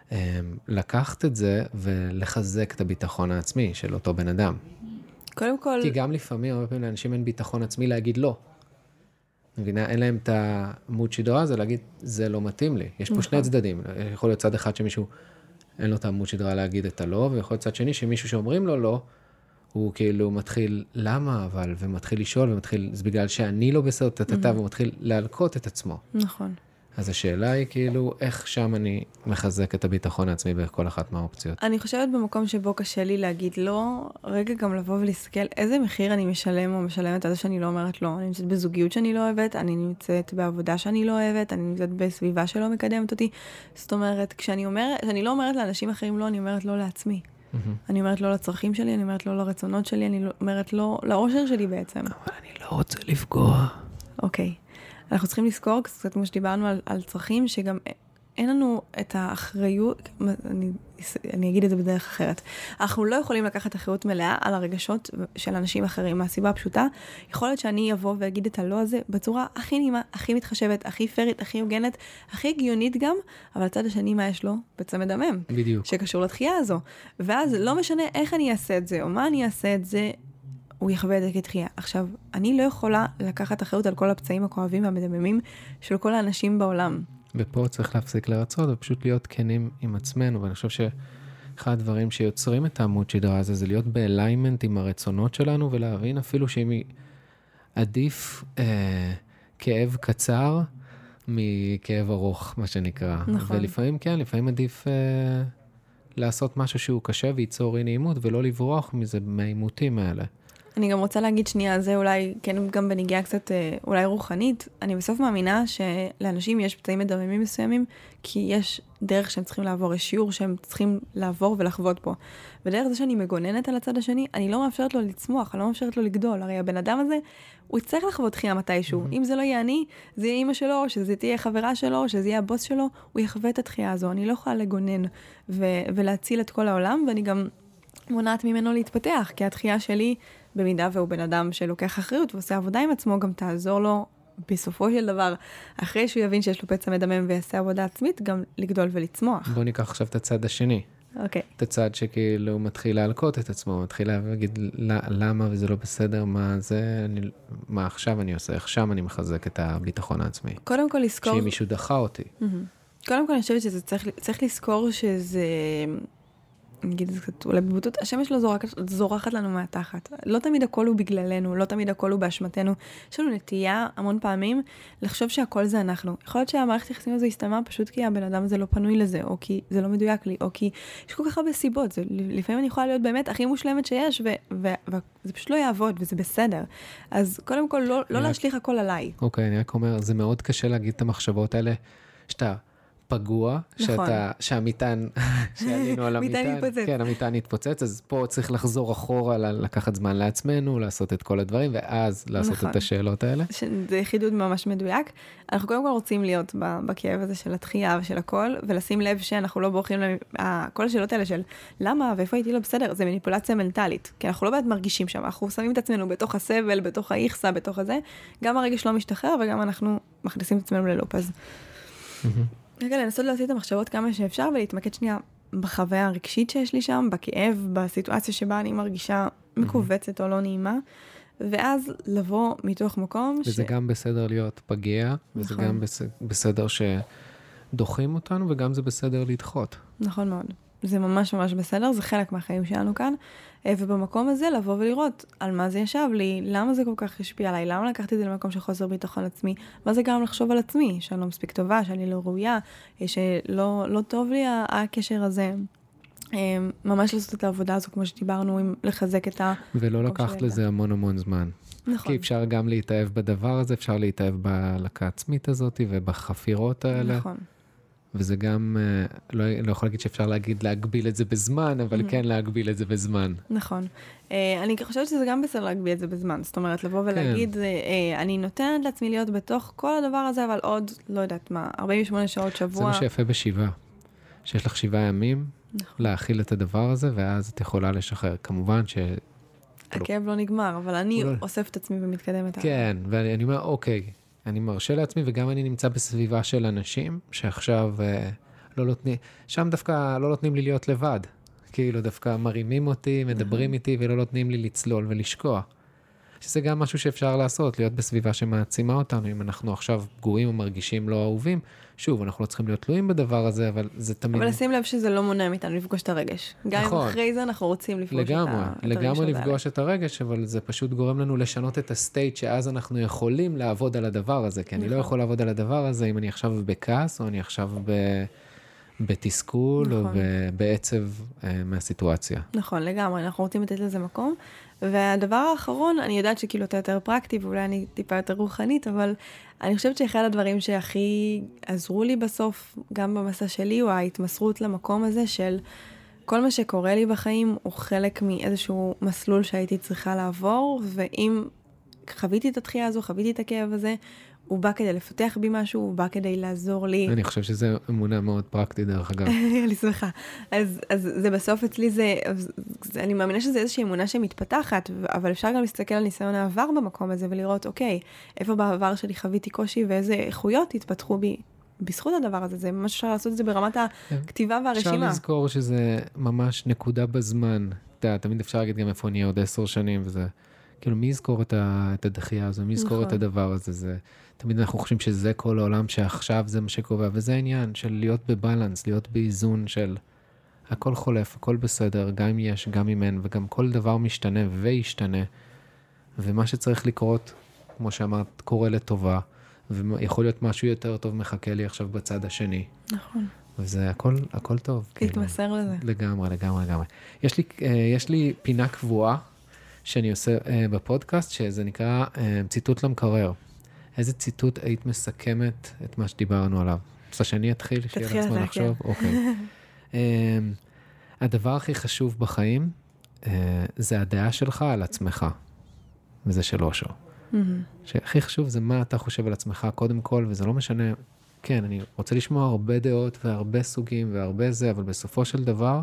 לקחת את זה ולחזק את הביטחון העצמי של אותו בן אדם. קודם כל... כי גם לפעמים, הרבה פעמים לאנשים אין ביטחון עצמי להגיד לא. מבינה, אין להם את העמוד שדרה הזה להגיד, זה לא מתאים לי. יש פה שני צדדים. יכול להיות צד אחד שמישהו אין לו את העמוד שדרה להגיד את הלא, ויכול להיות צד שני שמישהו שאומרים לו לא, הוא כאילו מתחיל, למה אבל? ומתחיל לשאול, ומתחיל, זה בגלל שאני לא בסדר, והוא מתחיל להלקות את עצמו. נכון. אז השאלה היא כאילו, איך שם אני מחזק את הביטחון העצמי בכל אחת מהאופציות? אני חושבת במקום שבו קשה לי להגיד לא, רגע גם לבוא ולהסתכל איזה מחיר אני משלם או משלמת על זה שאני לא אומרת לא. אני נמצאת בזוגיות שאני לא אוהבת, אני נמצאת בעבודה שאני לא אוהבת, אני נמצאת בסביבה שלא מקדמת אותי. זאת אומרת, כשאני לא אומרת לאנשים אחרים לא, אני אומרת לא לעצמי. אני אומרת לא לצרכים שלי, אני אומרת לא לרצונות שלי, אני אומרת לא לאושר שלי בעצם. אבל אני לא רוצה לפגוע. אוקיי. אנחנו צריכים לזכור, קצת כמו שדיברנו על צרכים, שגם אין לנו את האחריות, אני אגיד את זה בדרך אחרת. אנחנו לא יכולים לקחת אחריות מלאה על הרגשות של אנשים אחרים. מהסיבה הפשוטה, יכול להיות שאני אבוא ואגיד את הלא הזה בצורה הכי נעימה, הכי מתחשבת, הכי פרית, הכי הוגנת, הכי הגיונית גם, אבל הצד השני מה יש לו? בעצם מדמם. בדיוק. שקשור לתחייה הזו. ואז לא משנה איך אני אעשה את זה, או מה אני אעשה את זה, הוא יחווה את זה כתחייה. עכשיו, אני לא יכולה לקחת אחריות על כל הפצעים הכואבים והמדממים של כל האנשים בעולם. ופה צריך להפסיק לרצות, ופשוט להיות כנים עם עצמנו, ואני חושב שאחד הדברים שיוצרים את העמוד שדרה הזה, זה להיות באליימנט עם הרצונות שלנו, ולהבין אפילו שאם עדיף כאב קצר, מכאב ארוך, מה שנקרא. נכון. ולפעמים כן, לפעמים עדיף לעשות משהו שהוא קשה, וייצור אי נעימות, ולא לברוח מזה, מהעימותים האלה. אני גם רוצה להגיד שנייה, זה אולי, כן, גם בנגיעה קצת, אולי רוחנית, אני בסוף מאמינה שלאנשים יש פצעים מדממים מסוימים, כי יש דרך שהם צריכים לעבור, יש שיעור שהם צריכים לעבור ולחוות פה. ודרך זה שאני מגוננת על הצד השני, אני לא מאפשרת לו לצמוח, אני לא מאפשרת לו לגדול. הרי הבן אדם הזה, הוא יצטרך לחוות דחייה מתישהו. אם זה לא יהיה אני, זה יהיה אמא שלו, שזה תהיה חברה שלו, שזה יהיה הבוס שלו, הוא יחווה את הדחייה הזו. אני לא יכולה לגונן ולהציל את כל העולם, ואני גם מונעת ממנו להתפתח, כי הדחייה שלי, במידה והוא בן אדם שלוקח אחריות ועושה עבודה עם עצמו, גם תעזור לו בסופו של דבר, אחרי שהוא יבין שיש לו פצע מדמם ויעשה עבודה עצמית, גם לגדול ולצמוח. בוא ניקח עכשיו את הצד השני. אוקיי. את הצד שכאילו מתחיל להלקות את עצמו, מתחיל להגיד למה וזה לא בסדר, מה עכשיו אני עושה, איך שם אני מחזק את הביטחון העצמי. קודם כל לזכור... שאם מישהו דחה אותי. קודם כל אני חושבת שזה צריך לזכור שזה... אני אגיד את זה קצת, אולי בבוטות, השמש לא זורחת לנו מהתחת. לא תמיד הכל הוא בגללנו, לא תמיד הכל הוא באשמתנו. יש לנו נטייה המון פעמים לחשוב שהכל זה אנחנו. יכול להיות שהמערכת יחסים הזו הסתיימה פשוט כי הבן אדם הזה לא פנוי לזה, או כי זה לא מדויק לי, או כי יש כל כך הרבה סיבות. לפעמים אני יכולה להיות באמת הכי מושלמת שיש, וזה פשוט לא יעבוד, וזה בסדר. אז קודם כל, לא להשליך הכל עליי. אוקיי, אני רק אומר, זה מאוד קשה להגיד את המחשבות האלה, שאתה פגוע, שהמיטן, שעלינו על המיטן, כן, המיטן יתפוצץ, אז פה צריך לחזור אחורה, לקחת זמן לעצמנו, לעשות את כל הדברים, ואז לעשות את השאלות האלה. זה חידוד ממש מדויק. אנחנו קודם כל רוצים להיות בכאב הזה של התחייה ושל הכל, ולשים לב שאנחנו לא בורחים, כל השאלות האלה של למה ואיפה הייתי לא בסדר, זה מניפולציה מנטלית, כי אנחנו לא באמת מרגישים שם, אנחנו שמים את עצמנו בתוך הסבל, בתוך האיכסה, בתוך הזה, גם הרגש לא משתחרר, וגם אנחנו מכניסים את עצמנו ללופ, אז רגע, לנסות להוציא את המחשבות כמה שאפשר, ולהתמקד שנייה בחוויה הרגשית שיש לי שם, בכאב, בסיטואציה שבה אני מרגישה מקובצת או לא נעימה, ואז לבוא מתוך מקום וזה גם בסדר להיות פגיע, וזה גם בסדר שדוחים אותנו, וגם זה בסדר לדחות. נכון מאוד. זה ממש ממש בסדר, זה חלק מהחיים שלנו כאן, ובמקום הזה לבוא ולראות על מה זה ישב לי, למה זה כל כך השפיע עליי, למה לקחתי את זה למקום של חוסר ביטחון עצמי, מה זה גם לחשוב על עצמי, שאני לא מספיק טובה, שאני לא ראויה, שלא טוב לי הקשר הזה, ממש לעשות את העבודה הזו, כמו שדיברנו, עם לחזק את ולא לקחת לזה המון המון זמן. נכון. כי אפשר גם להתאהב בדבר הזה, אפשר להתאהב בהלקה העצמית הזאת, ובחפירות האלה. נכון. וזה גם, לא יכול להגיד שאפשר להגביל את זה בזמן, אבל כן להגביל את זה בזמן. נכון. אני חושבת שזה גם בסדר להגביל את זה בזמן. זאת אומרת, לבוא ולהגיד, אני נותנת לעצמי להיות בתוך כל הדבר הזה, אבל עוד, לא יודעת מה, 48 שעות, שבוע. זה מה שיפה בשבעה. שיש לך 7 ימים להכיל את הדבר הזה, ואז את יכולה לשחרר. כמובן ש... הכאב לא נגמר, אבל אני אוסף את עצמי ומתקדמת. כן, ואני אומר, אוקיי, אני מרשה לעצמי, וגם אני נמצא בסביבה של אנשים, שעכשיו לא נותנים, שם דווקא לא נותנים לי להיות לבד. כאילו דווקא מרימים אותי, מדברים איתי, ולא נותנים לי לצלול ולשקוע. שזה גם משהו שאפשר לעשות, להיות בסביבה שמעצימה אותנו, אם אנחנו עכשיו פגועים או מרגישים לא אהובים. שוב, אנחנו לא צריכים להיות תלויים בדבר הזה, אבל זה תמיד... אבל לשים לב שזה לא מונע מאיתנו לפגוש את הרגש. גם אם אחרי זה אנחנו רוצים לפגוש את הרגש. לגמרי לפגוש את הרגש, אבל זה פשוט גורם לנו לשנות את הסטייט, שאז אנחנו יכולים לעבוד על הדבר הזה, כי אני לא יכול לעבוד על הדבר הזה, אם אני עכשיו בכעס, או אני עכשיו בתסכול, או בעצב מהסיטואציה. נכון, לגמרי, אנחנו רוצים לתת לזה מקום. והדבר האחרון, אני יודעת שכאילו אתה יותר פרקטי, ואולי אני טיפה יותר רוחנית, אבל אני חושבת שאחד הדברים שהכי עזרו לי בסוף, גם במסע שלי, הוא ההתמסרות למקום הזה של כל מה שקורה לי בחיים, הוא חלק מאיזשהו מסלול שהייתי צריכה לעבור, ואם חוויתי את הדחייה הזו, חוויתי את הכאב הזה, הוא בא כדי לפתח בי משהו, הוא בא כדי לעזור לי. אני חושב שזו אמונה מאוד פרקטית דרך אגב. אני שמחה. אז זה בסוף אצלי אני מאמינה שזה איזושהי אמונה שמתפתחת, אבל אפשר גם להסתכל על ניסיון העבר במקום הזה, ולראות, אוקיי, איפה בעבר שלי חוויתי קושי, ואיזה איכויות התפתחו בי בזכות הדבר הזה. זה ממש אפשר לעשות את זה ברמת הכתיבה והרשימה. אפשר לזכור שזה ממש נקודה בזמן. תמיד אפשר להגיד גם איפה נהיה עוד 10 שנים, וזה כאילו מי יזכור את הדחייה הזו, מי יזכור את הדבר הזה. תמיד אנחנו חושבים שזה כל העולם, שעכשיו זה מה שקובע, וזה העניין של להיות בבלנס, להיות באיזון של הכל חולף, הכל בסדר, גם אם יש, גם אם אין, וגם כל דבר משתנה וישתנה, ומה שצריך לקרות, כמו שאמרת, קורה לטובה, ויכול להיות משהו יותר טוב מחכה לי עכשיו בצד השני. נכון. וזה הכל טוב. להתמסר לזה. לגמרי. יש לי פינה קבועה שאני עושה בפודקאסט, שזה נקרא ציטוט למקרר. איזה ציטוט היית מסכמת את מה שדיברנו עליו? רוצה שאני אתחיל? תתחיל את זה, כן. אוקיי. הדבר הכי חשוב בחיים, זה הדעה שלך על עצמך. וזה של אושו. שהכי חשוב זה מה אתה חושב על עצמך קודם כל, וזה לא משנה, כן, אני רוצה לשמוע הרבה דעות והרבה סוגים והרבה זה, אבל בסופו של דבר,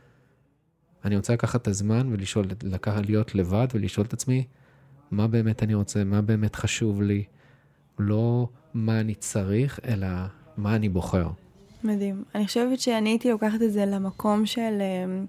אני רוצה לקחת את הזמן להיות לבד ולשאול את עצמי, מה באמת אני רוצה, מה באמת חשוב לי, לא מה אני צריך, אלא מה אני בוחר. מדהים. אני חושבת שאני הייתי לוקחת את זה למקום של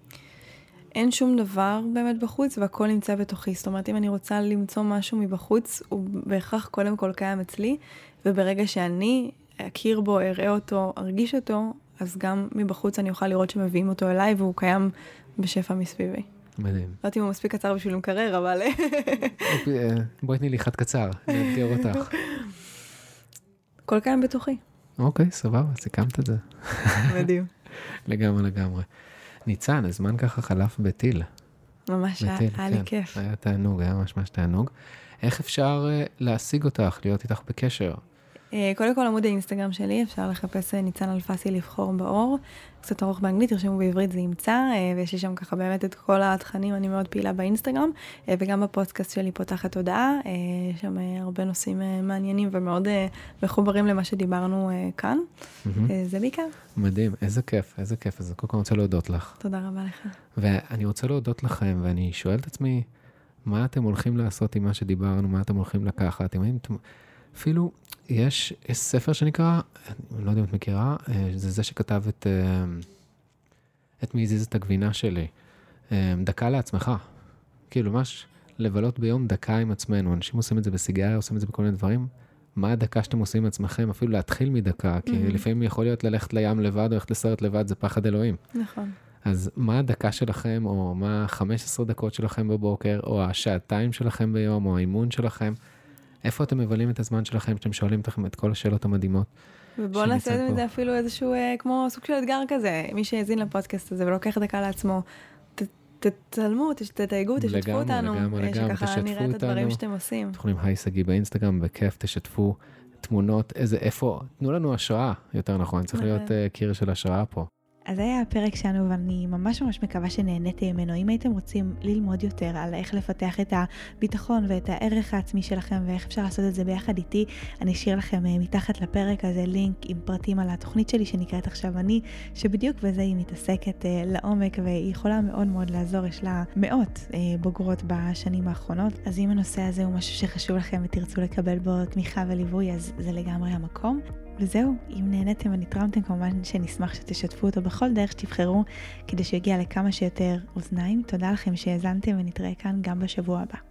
אין שום דבר באמת בחוץ, והכל נמצא בתוכי. זאת אומרת, אם אני רוצה למצוא משהו מבחוץ, הוא בהכרח קודם כל קיים אצלי, וברגע שאני אכיר בו, אראה אותו, ארגיש אותו, אז גם מבחוץ אני אוכל לראות שמביאים אותו אליי, והוא קיים בשפע מסביבי. מדהים. לא יודעת אם הוא מספיק קצר בשביל למקרר, אבל בואי תני לי אחד קצר, נאתגר אותך. הכל קיים בתוכי. אוקיי, סבבה, סיכמת את זה. מדהים. לגמרי. ניצן, הזמן ככה חלף בטיל. ממש, היה לי כיף. היה תענוג, היה ממש תענוג. איך אפשר להשיג אותך, להיות איתך בקשר? קודם כל, עמוד האינסטגרם שלי, אפשר לחפש ניצן אלפסי לבחור באור. קצת ארוך באנגלית, תרשמו בעברית, זה ימצא, ויש לי שם ככה באמת את כל התכנים, אני מאוד פעילה באינסטגרם, וגם בפודקאסט שלי פותחת תודעה, יש שם הרבה נושאים מעניינים ומאוד מחוברים למה שדיברנו כאן. זה בעיקר. מדהים, איזה כיף. אז קודם כל רוצה להודות לך. תודה רבה לך. ואני רוצה להודות לכם, ואני שואל את עצמי, מה אתם הולכים לעשות עם מה שדיברנו, מה אתם הולכים לקחת, אפילו יש ספר שנקרא, אני לא יודע אם את מכירה, זה שכתב את מי הזיז את הגבינה שלי. דקה לעצמך. כאילו ממש לבלות ביום דקה עם עצמנו. אנשים עושים את זה בסיגריה, עושים את זה בכל מיני דברים. מה הדקה שאתם עושים עם עצמכם? אפילו להתחיל מדקה, כי לפעמים יכול להיות ללכת לים לבד או ללכת לסרט לבד, זה פחד אלוהים. נכון. אז מה הדקה שלכם, או מה 15 דקות שלכם בבוקר, או השעתיים שלכם ביום, או האימון שלכם? איפה אתם מבלים את הזמן שלכם, שאתם שואלים אתכם את כל השאלות המדהימות? ובואו נעשה את זה אפילו איזשהו, כמו סוג של אתגר כזה, מי שהזין לפודקאסט הזה ולוקח דקה לעצמו, תצלמו, תתייגו, תשתפו אותנו, שככה נראה את הדברים שאתם עושים. אתם יכולים היי סגי באינסטגרם, בכיף, תשתפו תמונות, איפה, תנו לנו השראה, יותר נכון, צריך להיות קיר של השראה פה. אז זה היה הפרק שלנו, ואני ממש מקווה שנהניתם ממנו. אם הייתם רוצים ללמוד יותר על איך לפתח את הביטחון ואת הערך העצמי שלכם, ואיך אפשר לעשות את זה ביחד איתי, אני אשאיר לכם מתחת לפרק הזה לינק עם פרטים על התוכנית שלי שנקראת עכשיו אני, שבדיוק בזה היא מתעסקת לעומק, והיא יכולה מאוד מאוד לעזור. יש לה מאות בוגרות בשנים האחרונות. אז אם הנושא הזה הוא משהו שחשוב לכם ותרצו לקבל בו תמיכה וליווי, אז זה לגמרי המקום. וזהו, אם נהניתם ונתרמתם, כמובן שנשמח שתשתפו אותו בכל דרך שתבחרו, כדי שיגיע לכמה שיותר אוזניים. תודה לכם שהאזנתם, ונתראה כאן גם בשבוע הבא.